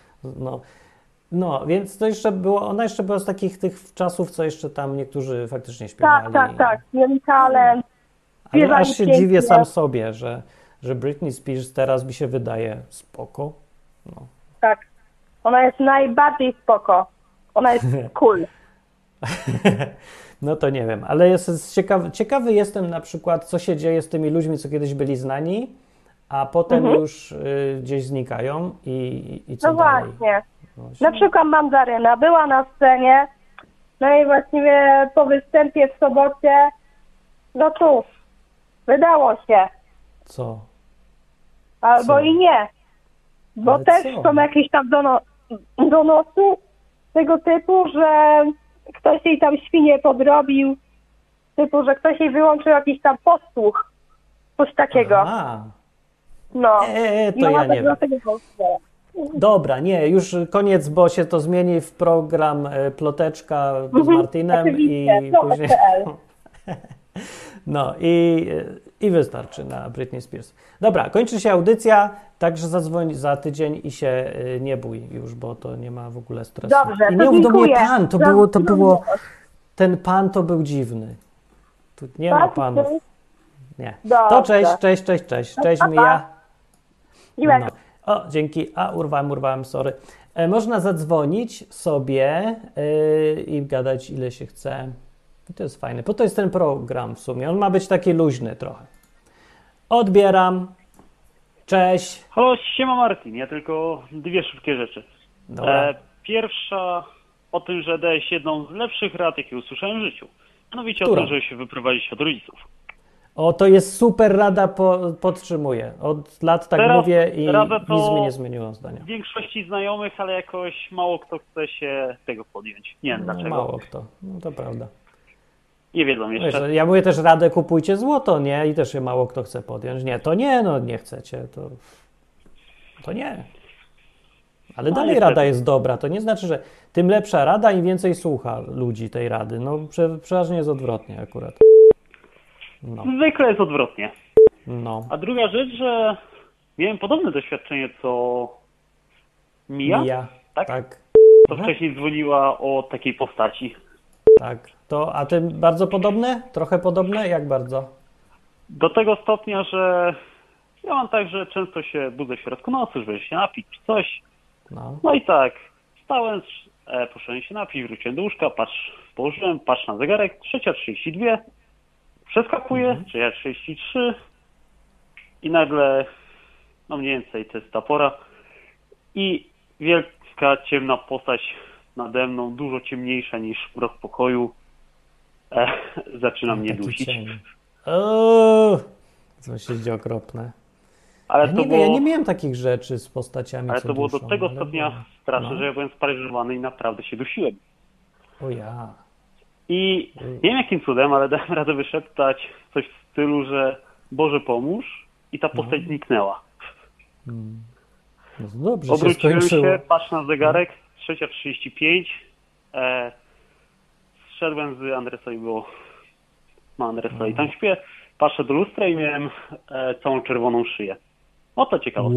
No, więc to jeszcze było, ona jeszcze była z takich tych czasów, co jeszcze tam niektórzy faktycznie śpiewali. Tak. Ale aż się dziwię sam sobie, że Britney Spears teraz mi się wydaje spoko. No. Tak. Ona jest najbardziej spoko. Ona jest cool. No to nie wiem, ale ciekawy jestem na przykład, co się dzieje z tymi ludźmi, co kiedyś byli znani, a potem już gdzieś znikają i co dalej. Właśnie. Na przykład Mandaryna była na scenie, no i właściwie po występie w sobocie, no cóż, wydało się. Co? Albo i nie. Bo ale też co? są jakieś tam donosy tego typu, że ktoś jej tam świnie podrobił, typu, że ktoś jej wyłączył jakiś tam podsłuch, coś takiego. No. To ja nie wiem. Dobra, nie, już koniec, bo się to zmieni w program Ploteczka z Martinem i później... No i wystarczy na Britney Spears. Dobra, kończy się audycja, także zadzwoń za tydzień i się nie bój już, bo to nie ma w ogóle stresu. Dobrze, i nie mów do mnie pan, to było, ten pan to był dziwny. Tu nie ma panów. Nie. To cześć, Mija. No. O, dzięki. Urwałem, sorry. Można zadzwonić sobie i gadać ile się chce. I to jest fajne, bo to jest ten program w sumie. On ma być taki luźny trochę. Odbieram. Cześć. Halo, siema Martin. Ja tylko dwie szybkie rzeczy. Pierwsza o tym, że dałeś jedną z lepszych rad, jakie usłyszałem w życiu. Mianowicie o tym, żeby się wyprowadzić od rodziców. O, to jest super rada, podtrzymuję. Od lat tak teraz mówię i nic mi nie w zmieniło zdania. W większości znajomych, ale jakoś mało kto chce się tego podjąć. Nie wiem dlaczego. Mało kto, no to prawda. Nie wiedzą jeszcze. Wiesz, ja mówię też radę, kupujcie złoto, nie? I też się mało kto chce podjąć. Nie, to nie, nie chcecie, to nie. Ale dalej niestety. rada jest dobra. To nie znaczy, że tym lepsza rada, im więcej słucha ludzi tej rady. No, przeważnie jest odwrotnie akurat. No. Zwykle jest odwrotnie. No. A druga rzecz, że miałem podobne doświadczenie co Mija. Tak. To wcześniej dzwoniła o takiej postaci. Tak. A ty bardzo podobne? Trochę podobne? Jak bardzo? Do tego stopnia, że ja mam tak, że często się budzę w środku nocy, żeby się napić czy coś. No i tak, wstałem, poszedłem się napić, wróciłem do łóżka, położyłem, patrz na zegarek, 3:32, przeskakuję, 3:33 i nagle, mniej więcej to jest ta pora i wielka, ciemna postać nade mną, dużo ciemniejsza niż mrok pokoju, zaczyna mnie dusić. Co się dzieje okropne. Ale ja nie miałem takich rzeczy z postaciami, ale co to było duszą, do tego stopnia straszne, no. że ja byłem sparaliżowany i naprawdę się dusiłem. O ja. I nie wiem jakim cudem, ale dałem radę wyszeptać coś w stylu, że Boże pomóż i ta postać zniknęła. No dobrze, obróciłem się, patrz na zegarek, 3:35, zszedłem z Andresa i było, Andresa i tam śpię, patrzę do lustra i miałem całą czerwoną szyję. Oto ciekawostka.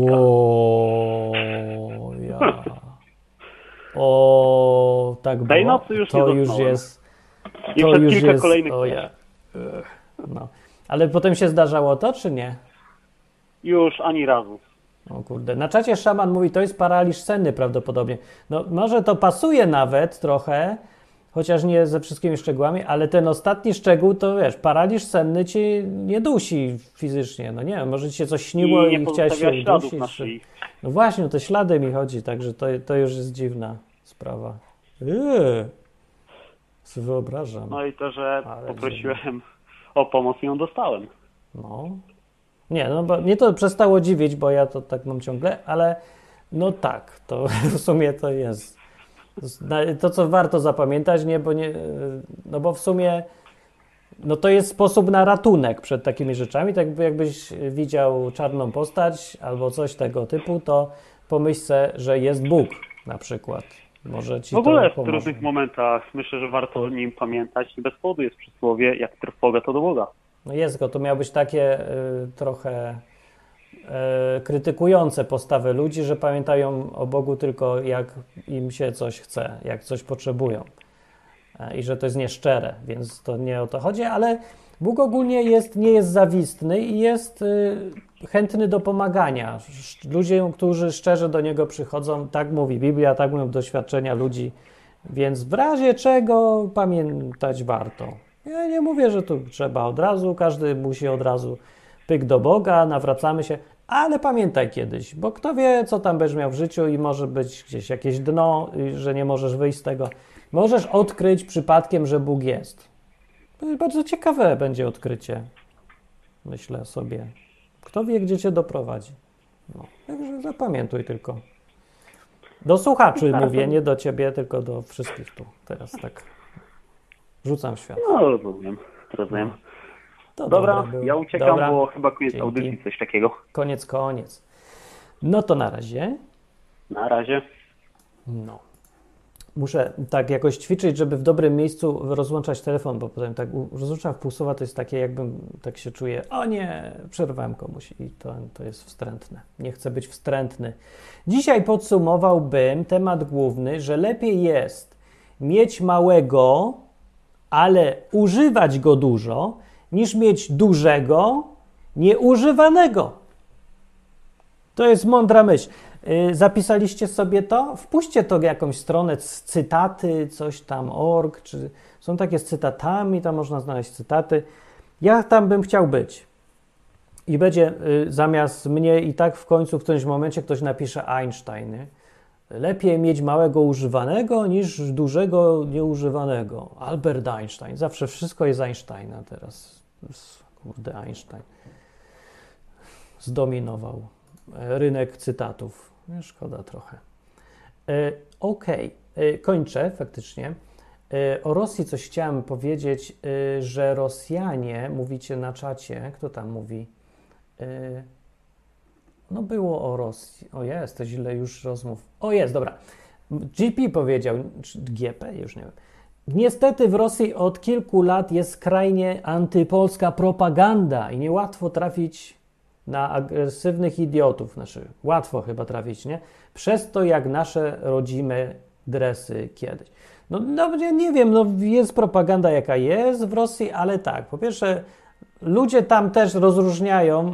O, tak było. Tej nocy już to nie już zasnąłem. jest. I To przez już kilka jest. kolejnych O ja. No. Ale potem się zdarzało to, czy nie? Już ani razu. O kurde. Na czacie szaman mówi, to jest paraliż senny prawdopodobnie. No może to pasuje nawet trochę, chociaż nie ze wszystkimi szczegółami, ale ten ostatni szczegół to wiesz, paraliż senny ci nie dusi fizycznie. No nie, może ci się coś śniło I nie chciałeś się pozostawia śladów udusić. na szyi. No właśnie, o te ślady mi chodzi, także to już jest dziwna sprawa. Sobie wyobrażam. No i to, że Ale poprosiłem o pomoc i ją dostałem. No. Nie, no bo mnie to przestało dziwić, bo ja to tak mam ciągle, ale no tak, to w sumie to jest to, co warto zapamiętać, nie, bo nie, no bo w sumie no to jest sposób na ratunek przed takimi rzeczami, tak jakbyś widział czarną postać albo coś tego typu, to pomyśl se, że jest Bóg na przykład. Może ci W ogóle to w pomoże. trudnych momentach myślę, że warto o nim pamiętać. Bez powodu jest przysłowie, jak trwoga to do Boga. No jest, tylko to miał być takie trochę krytykujące postawy ludzi, że pamiętają o Bogu tylko jak im się coś chce, jak coś potrzebują. I że to jest nieszczere, więc to nie o to chodzi, ale Bóg ogólnie nie jest zawistny i jest chętny do pomagania. Ludzie, którzy szczerze do Niego przychodzą, tak mówi Biblia, tak mówią doświadczenia ludzi, więc w razie czego pamiętać warto. Ja nie mówię, że tu trzeba od razu, każdy musi od razu pyk do Boga, nawracamy się, ale pamiętaj kiedyś, bo kto wie, co tam będziesz miał w życiu i może być gdzieś jakieś dno, że nie możesz wyjść z tego. Możesz odkryć przypadkiem, że Bóg jest. To jest bardzo ciekawe będzie odkrycie, myślę sobie. Kto wie, gdzie cię doprowadzi. No, także zapamiętuj tylko. Do słuchaczy mówię, nie do ciebie, tylko do wszystkich tu. Teraz tak rzucam w świat. No, rozumiem. To Dobra, było. ja uciekam, Dobra. bo chyba koniec Dzięki. audycji, coś takiego. Koniec. No to na razie. Na razie. No. Muszę tak jakoś ćwiczyć, żeby w dobrym miejscu rozłączać telefon, bo potem tak rozłączam w pół słowa, to jest takie, jakbym tak się czuję, o nie, przerwałem komuś i to jest wstrętne. Nie chcę być wstrętny. Dzisiaj podsumowałbym temat główny, że lepiej jest mieć małego, ale używać go dużo, niż mieć dużego, nieużywanego. To jest mądra myśl. Zapisaliście sobie to? Wpuśćcie to w jakąś stronę cytaty, coś tam, org, czy są takie z cytatami, tam można znaleźć cytaty. Ja tam bym chciał być. I będzie zamiast mnie i tak w końcu w którymś momencie ktoś napisze Einstein. Nie? Lepiej mieć małego używanego niż dużego nieużywanego. Albert Einstein. Zawsze wszystko jest Einsteina teraz. Kurde, Einstein. Zdominował rynek cytatów. Szkoda trochę. Okej. Kończę faktycznie. O Rosji coś chciałem powiedzieć, że Rosjanie, mówicie na czacie, kto tam mówi? No było o Rosji. O jest, to źle już rozmów. O jest, dobra. GP powiedział, czy GP, już nie wiem. Niestety w Rosji od kilku lat jest skrajnie antypolska propaganda i niełatwo trafić na agresywnych idiotów. Znaczy, łatwo chyba trafić, nie? Przez to, jak nasze rodzime dresy kiedyś. No ja nie wiem, no jest propaganda jaka jest w Rosji, ale tak, po pierwsze ludzie tam też rozróżniają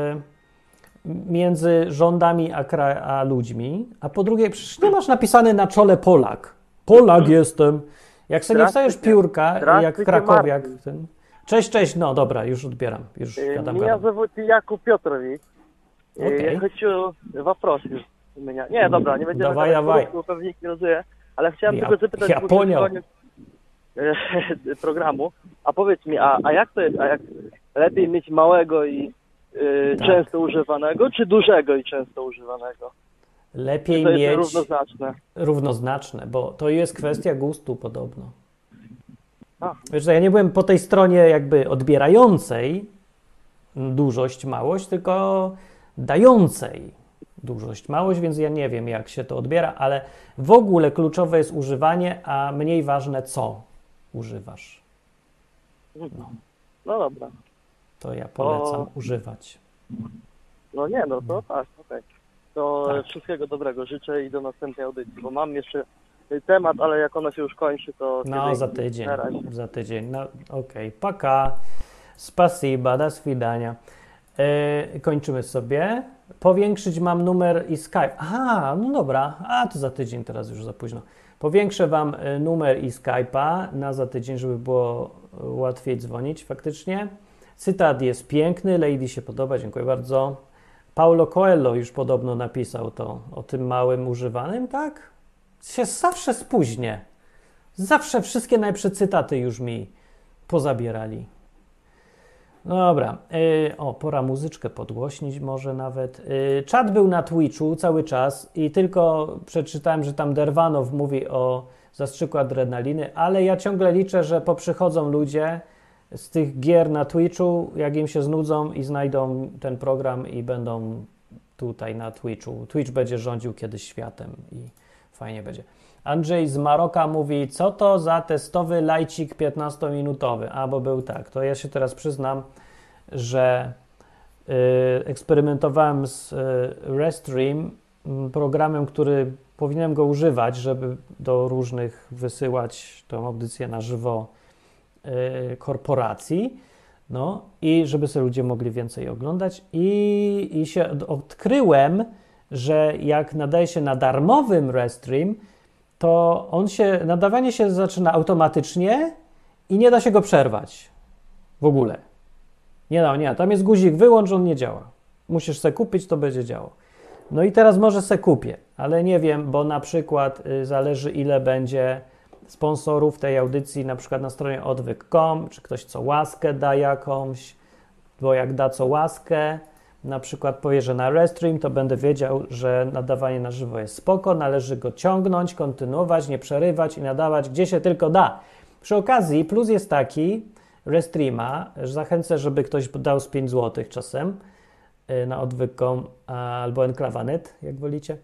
między rządami a ludźmi, a po drugie przecież nie masz napisane na czole Polak. Polak jestem. Jak sobie nie wstajesz piórka, jak krakowiak. Cześć, no dobra, już odbieram. Już gadam. Меня зовут Якub Петрович. Okay. Я хочу вопрос у меня. Nie, dobra, nie będziemy Dawaj. pewnie nikt nie rozumie, ale chciałem tylko zapytać ja poнял. Programu. A powiedz mi, a jak to jest? A jak lepiej mieć małego i często używanego, czy dużego i często używanego? Lepiej to jest mieć równoznaczne. Równoznaczne, bo to jest kwestia gustu podobno. Wiesz, ja nie byłem po tej stronie jakby odbierającej dużość, małość, tylko dającej dużość, małość, więc ja nie wiem, jak się to odbiera, ale w ogóle kluczowe jest używanie, a mniej ważne, co używasz. No dobra. To ja polecam używać. No nie, no to tak, okej. To Tak. wszystkiego dobrego życzę i do następnej audycji, bo mam jeszcze temat, ale jak ona się już kończy, to... No, kiedy za indziej. tydzień. Na razie. Za tydzień. No, okej. Paka. Spasiba. Do swidania. Kończymy sobie. Powiększyć mam numer i Skype. Aha, no dobra. A, to za tydzień, teraz już za późno. Powiększę wam numer i Skype'a na za tydzień, żeby było łatwiej dzwonić faktycznie. Cytat jest piękny, Lady się podoba, dziękuję bardzo. Paulo Coelho już podobno napisał to o tym małym używanym, tak? Się zawsze spóźnię. Zawsze wszystkie najlepsze cytaty już mi pozabierali. Dobra, pora muzyczkę podgłośnić może nawet. Czat był na Twitchu cały czas i tylko przeczytałem, że tam Derwanow mówi o zastrzyku adrenaliny, ale ja ciągle liczę, że poprzychodzą ludzie z tych gier na Twitchu, jak im się znudzą i znajdą ten program i będą tutaj na Twitchu. Twitch będzie rządził kiedyś światem i fajnie będzie. Andrzej z Maroka mówi, co to za testowy lajcik 15-minutowy? A, bo był tak. To ja się teraz przyznam, że eksperymentowałem z Restream, programem, który powinienem go używać, żeby do różnych wysyłać tą audycję na żywo korporacji, no i żeby sobie ludzie mogli więcej oglądać i się odkryłem, że jak nadaje się na darmowym Restream, to nadawanie się zaczyna automatycznie i nie da się go przerwać. W ogóle. Nie, tam jest guzik wyłącz, on nie działa. Musisz se kupić, to będzie działało. No i teraz może se kupię, ale nie wiem, bo na przykład zależy ile będzie sponsorów tej audycji, na przykład na stronie odwyk.com, czy ktoś co łaskę da jakąś, bo jak da co łaskę, na przykład powie, że na Restream, to będę wiedział, że nadawanie na żywo jest spoko, należy go ciągnąć, kontynuować, nie przerywać i nadawać gdzie się tylko da. Przy okazji plus jest taki Restreama, że zachęcę, żeby ktoś dał z 5 zł czasem na odwyk.com albo enklawa.net, jak wolicie,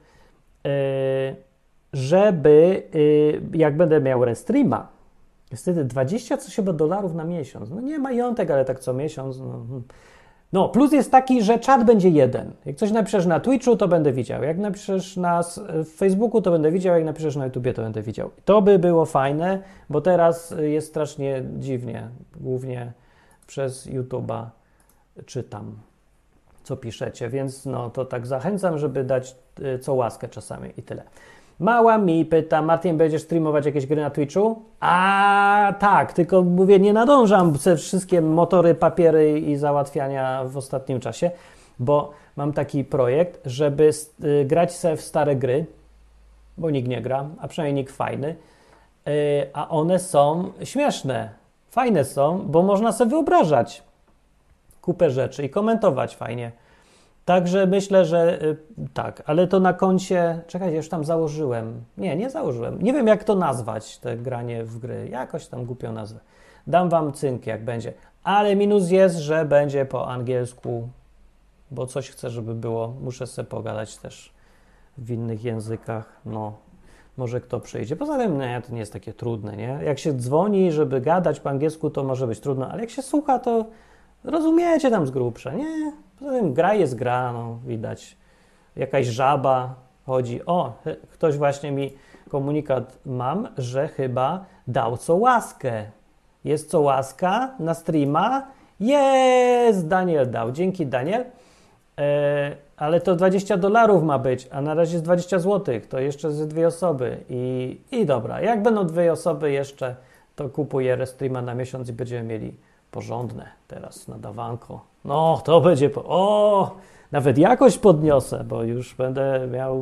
żeby jak będę miał Restreama, jest wtedy 20 coś chyba dolarów na miesiąc. No nie majątek, ale tak co miesiąc. No, plus jest taki, że czat będzie jeden. Jak coś napiszesz na Twitchu, to będę widział. Jak napiszesz w Facebooku, to będę widział. Jak napiszesz na YouTubie, to będę widział. To by było fajne, bo teraz jest strasznie dziwnie. Głównie przez YouTube'a czytam, co piszecie. Więc no, to tak zachęcam, żeby dać co łaskę czasami i tyle. Mała mi pyta, Martin, będziesz streamować jakieś gry na Twitchu? A tak, tylko mówię, nie nadążam te wszystkie motory, papiery i załatwiania w ostatnim czasie, bo mam taki projekt, żeby grać sobie w stare gry, bo nikt nie gra, a przynajmniej nikt fajny, a one są śmieszne, fajne są, bo można sobie wyobrażać kupę rzeczy i komentować fajnie. Także myślę, że tak, ale to na koncie, czekajcie, już tam założyłem. Nie założyłem. Nie wiem, jak to nazwać, te granie w gry. Jakoś tam głupią nazwę. Dam wam cynk, jak będzie. Ale minus jest, że będzie po angielsku, bo coś chcę, żeby było. Muszę sobie pogadać też w innych językach. No, może kto przyjdzie. Poza tym, nie, to nie jest takie trudne, nie? Jak się dzwoni, żeby gadać po angielsku, to może być trudno, ale jak się słucha, to rozumiecie tam z grubsza, nie? Poza tym gra jest gra, no widać. Jakaś żaba chodzi. O, ktoś właśnie mi komunikat mam, że chyba dał co łaskę. Jest co łaska na streama? Jest! Daniel dał. Dzięki, Daniel. Ale to $20 ma być, a na razie jest 20 zł. To jeszcze ze 2 osoby. I dobra, jak będą 2 osoby jeszcze, to kupuję Restreama na miesiąc i będziemy mieli porządne teraz nadawanko. No, to będzie... nawet jakoś podniosę, bo już będę miał...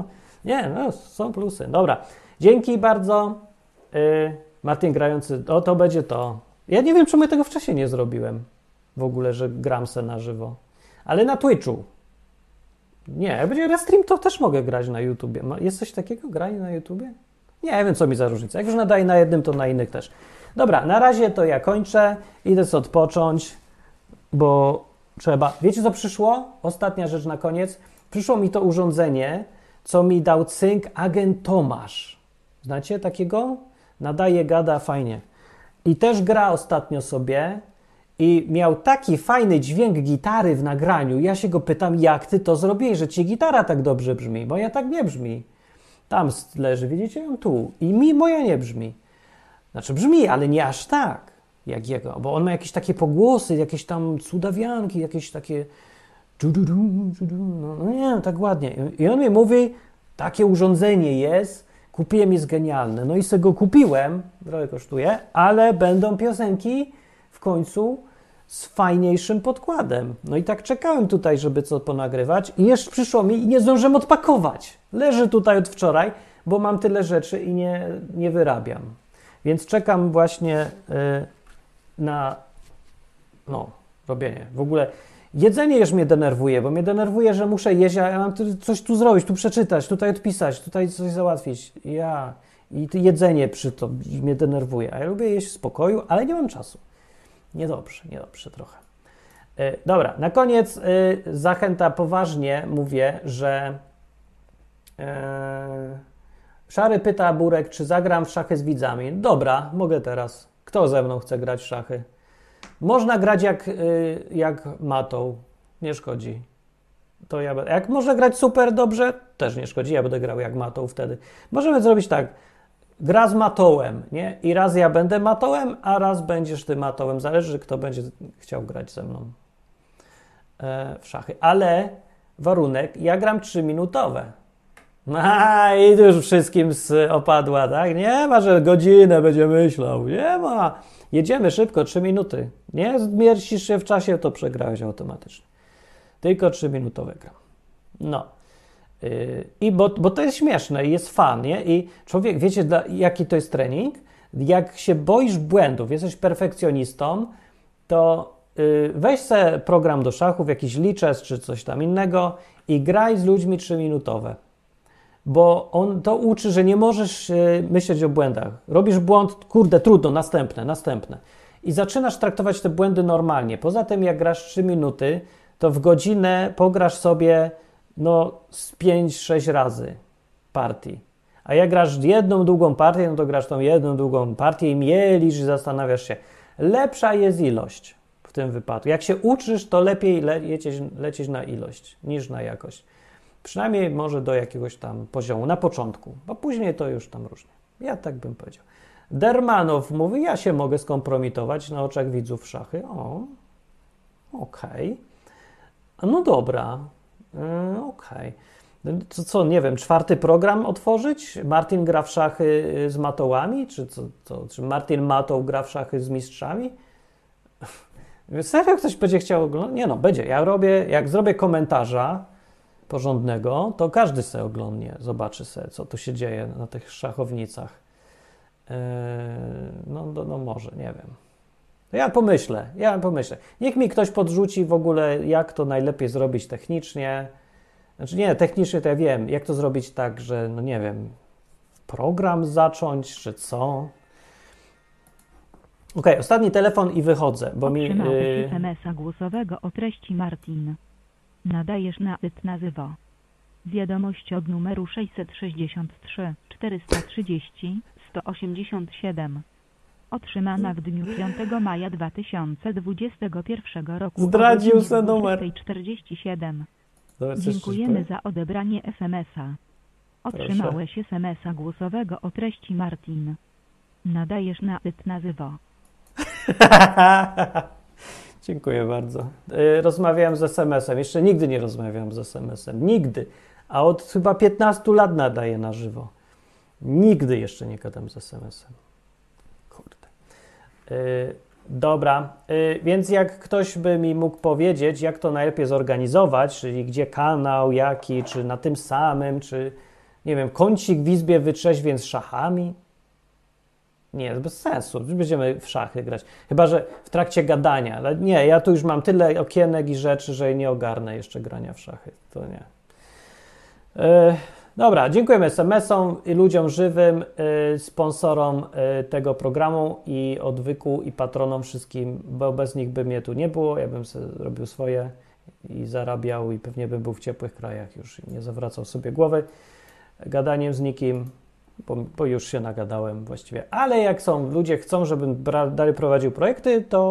są plusy. Dobra, dzięki bardzo. Martin grający... to będzie to. Ja nie wiem, czemu ja tego wcześniej nie zrobiłem. W ogóle, że gram se na żywo. Ale na Twitchu. Nie, jak będzie Restream, to też mogę grać na YouTubie. Jest coś takiego? Granie na YouTubie? Nie wiem, co mi za różnica. Jak już nadaję na jednym, to na innych też. Dobra, na razie to ja kończę. Idę sobie odpocząć, bo trzeba... Wiecie, co przyszło? Ostatnia rzecz na koniec. Przyszło mi to urządzenie, co mi dał cynk agent Tomasz. Znacie takiego? Nadaje, gada, fajnie. I też gra ostatnio sobie i miał taki fajny dźwięk gitary w nagraniu. Ja się go pytam, jak ty to zrobiłeś, że ci gitara tak dobrze brzmi? Moja tak nie brzmi. Tam leży, widzicie ją tu. I moja nie brzmi. Znaczy brzmi, ale nie aż tak jak jego, bo on ma jakieś takie pogłosy, jakieś tam cudawianki, jakieś takie no nie, tak ładnie. I on mi mówi, takie urządzenie jest, kupiłem, jest genialne. No i sobie go kupiłem, trochę kosztuje, ale będą piosenki w końcu z fajniejszym podkładem. No i tak czekałem tutaj, żeby co ponagrywać i jeszcze przyszło mi i nie zdążyłem odpakować. Leży tutaj od wczoraj, bo mam tyle rzeczy i nie wyrabiam. Więc czekam właśnie na robienie. W ogóle jedzenie już mnie denerwuje, bo mnie denerwuje, że muszę jeść, a ja mam coś tu zrobić, tu przeczytać, tutaj odpisać, tutaj coś załatwić. I to jedzenie przy to mnie denerwuje. A ja lubię jeść w spokoju, ale nie mam czasu. Niedobrze trochę. Dobra, na koniec zachęta poważnie mówię, że Szary pyta Burek, czy zagram w szachy z widzami. Dobra, mogę teraz. Kto ze mną chce grać w szachy? Można grać jak matą. Nie szkodzi. To ja będę. Jak można grać super dobrze, też nie szkodzi. Ja będę grał jak matą wtedy. Możemy zrobić tak. Gra z matołem, nie? I raz ja będę matołem, a raz będziesz ty matołem. Zależy, kto będzie chciał grać ze mną w szachy. Ale warunek, ja gram 3-minutowe. I to już wszystkim opadła, tak? Nie ma, że godzinę będzie myślał. Nie ma. Jedziemy szybko, 3 minuty. Nie zmieścisz się w czasie, to przegrałeś automatycznie. Tylko 3-minutowe gram. No. I bo to jest śmieszne i jest fan, nie? I człowiek, wiecie, jaki to jest trening? Jak się boisz błędów, jesteś perfekcjonistą, to weź se program do szachów, jakiś liczes czy coś tam innego i graj z ludźmi 3-minutowe. Bo on to uczy, że nie możesz myśleć o błędach. Robisz błąd, kurde, trudno, następne. I zaczynasz traktować te błędy normalnie. Poza tym, jak grasz 3 minuty, to w godzinę pograsz sobie z 5-6 razy partii. A jak grasz jedną długą partię, no to grasz tą jedną długą partię i mielisz i zastanawiasz się. Lepsza jest ilość w tym wypadku. Jak się uczysz, to lepiej lecieć na ilość niż na jakość. Przynajmniej może do jakiegoś tam poziomu, na początku, bo później to już tam różnie. Ja tak bym powiedział. Dermanow mówi, ja się mogę skompromitować na oczach widzów w szachy. Okej. No dobra. Okej. To co, nie wiem, 4. program otworzyć? Martin gra w szachy z matołami? Czy czy Martin Matoł gra w szachy z mistrzami? Serio ktoś będzie chciał oglądać? Nie będzie. Jak zrobię komentarza porządnego, to każdy se oglądnie, zobaczy se, co tu się dzieje na tych szachownicach. Może, nie wiem. Ja pomyślę. Niech mi ktoś podrzuci w ogóle, jak to najlepiej zrobić technicznie. Znaczy nie, technicznie to ja wiem, jak to zrobić tak, że, nie wiem, program zacząć, czy co. Okej, ostatni telefon i wychodzę, bo mi... Otrzymałeś SMS-a głosowego o treści Martin. Nadajesz na nazywa. Wiadomość od numeru 663 430 187. Otrzymana w dniu 5 maja 2021 roku. Zdradził se numer. 47. Dziękujemy za odebranie SMS-a. Otrzymałeś SMS-a głosowego o treści Martin. Nadajesz na nazywa. Dziękuję bardzo. Rozmawiałem z SMS-em. Jeszcze nigdy nie rozmawiałem z SMS-em. Nigdy. A od chyba 15 lat nadaję na żywo. Nigdy jeszcze nie gadam z SMS-em. Kurde. Dobra. Więc jak ktoś by mi mógł powiedzieć, jak to najlepiej zorganizować, czyli gdzie kanał, jaki, czy na tym samym, czy nie wiem, kącik w izbie wytrzeźwień z szachami? Nie, to bez sensu. Będziemy w szachy grać. Chyba że w trakcie gadania. Ale nie, ja tu już mam tyle okienek i rzeczy, że nie ogarnę jeszcze grania w szachy. To nie. Dobra, dziękujemy SMS-om i ludziom żywym, sponsorom tego programu i Odwyku i patronom wszystkim, bo bez nich by mnie tu nie było. Ja bym sobie robił swoje i zarabiał i pewnie bym był w ciepłych krajach już i nie zawracał sobie głowy gadaniem z nikim. Bo już się nagadałem właściwie. Ale jak ludzie chcą, żebym dalej prowadził projekty, to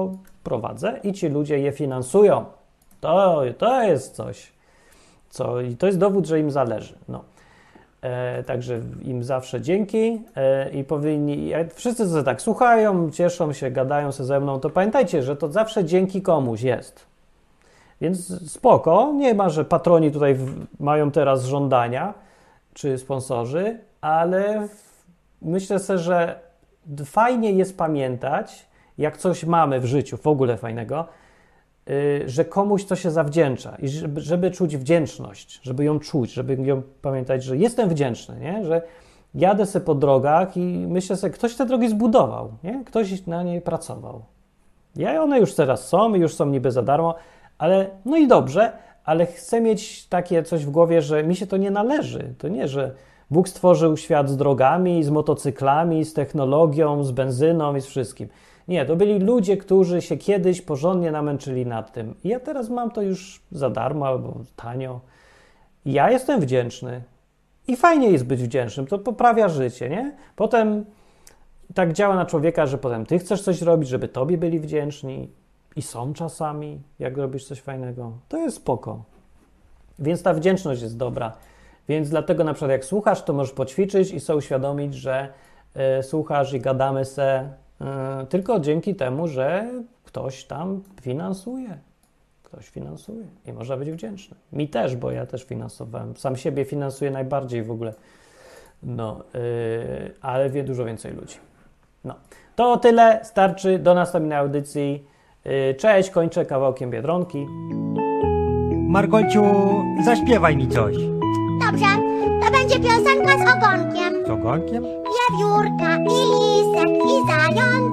prowadzę i ci ludzie je finansują. To jest coś, i to jest dowód, że im zależy. No. Także im zawsze dzięki i powinni, wszyscy co tak słuchają, cieszą się, gadają się ze mną, to pamiętajcie, że to zawsze dzięki komuś jest. Więc spoko, nie ma, że patroni tutaj mają teraz żądania, czy sponsorzy, ale myślę sobie, że fajnie jest pamiętać, jak coś mamy w życiu, w ogóle fajnego, że komuś to się zawdzięcza i żeby czuć wdzięczność, żeby ją czuć, żeby ją pamiętać, że jestem wdzięczny, nie? Że jadę sobie po drogach i myślę sobie, ktoś te drogi zbudował, nie? Ktoś na niej pracował. One już teraz są i już są niby za darmo, ale no i dobrze, ale chcę mieć takie coś w głowie, że mi się to nie należy. To nie, że Bóg stworzył świat z drogami, z motocyklami, z technologią, z benzyną i z wszystkim. Nie, to byli ludzie, którzy się kiedyś porządnie namęczyli nad tym. I ja teraz mam to już za darmo albo tanio. I ja jestem wdzięczny. I fajnie jest być wdzięcznym. To poprawia życie, nie? Potem tak działa na człowieka, że potem ty chcesz coś robić, żeby tobie byli wdzięczni. I są czasami, jak robisz coś fajnego. To jest spoko. Więc ta wdzięczność jest dobra. Więc dlatego na przykład jak słuchasz, to możesz poćwiczyć i sobie uświadomić, że słuchasz i gadamy se tylko dzięki temu, że ktoś tam finansuje. Ktoś finansuje i można być wdzięczny. Mi też, bo ja też finansowałem. Sam siebie finansuję najbardziej w ogóle. No, ale wie dużo więcej ludzi. No, to tyle, starczy. Do następnej audycji. Cześć, kończę kawałkiem Biedronki. Margolciu, zaśpiewaj mi coś. Dobrze, to będzie piosenka z ogonkiem. Z ogonkiem? Wiewiórka i lisek i zając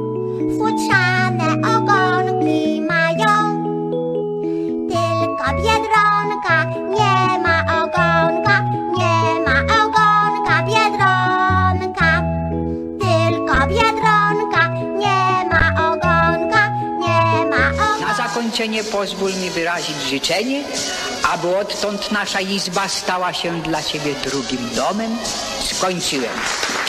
futrzane ogonki mają. Tylko Biedronka nie ma ogonka, nie ma ogonka Biedronka. Tylko Biedronka nie ma ogonka, nie ma ogonka. Na zakończenie pozwól mi wyrazić życzenie, aby odtąd nasza izba stała się dla Ciebie drugim domem. Skończyłem.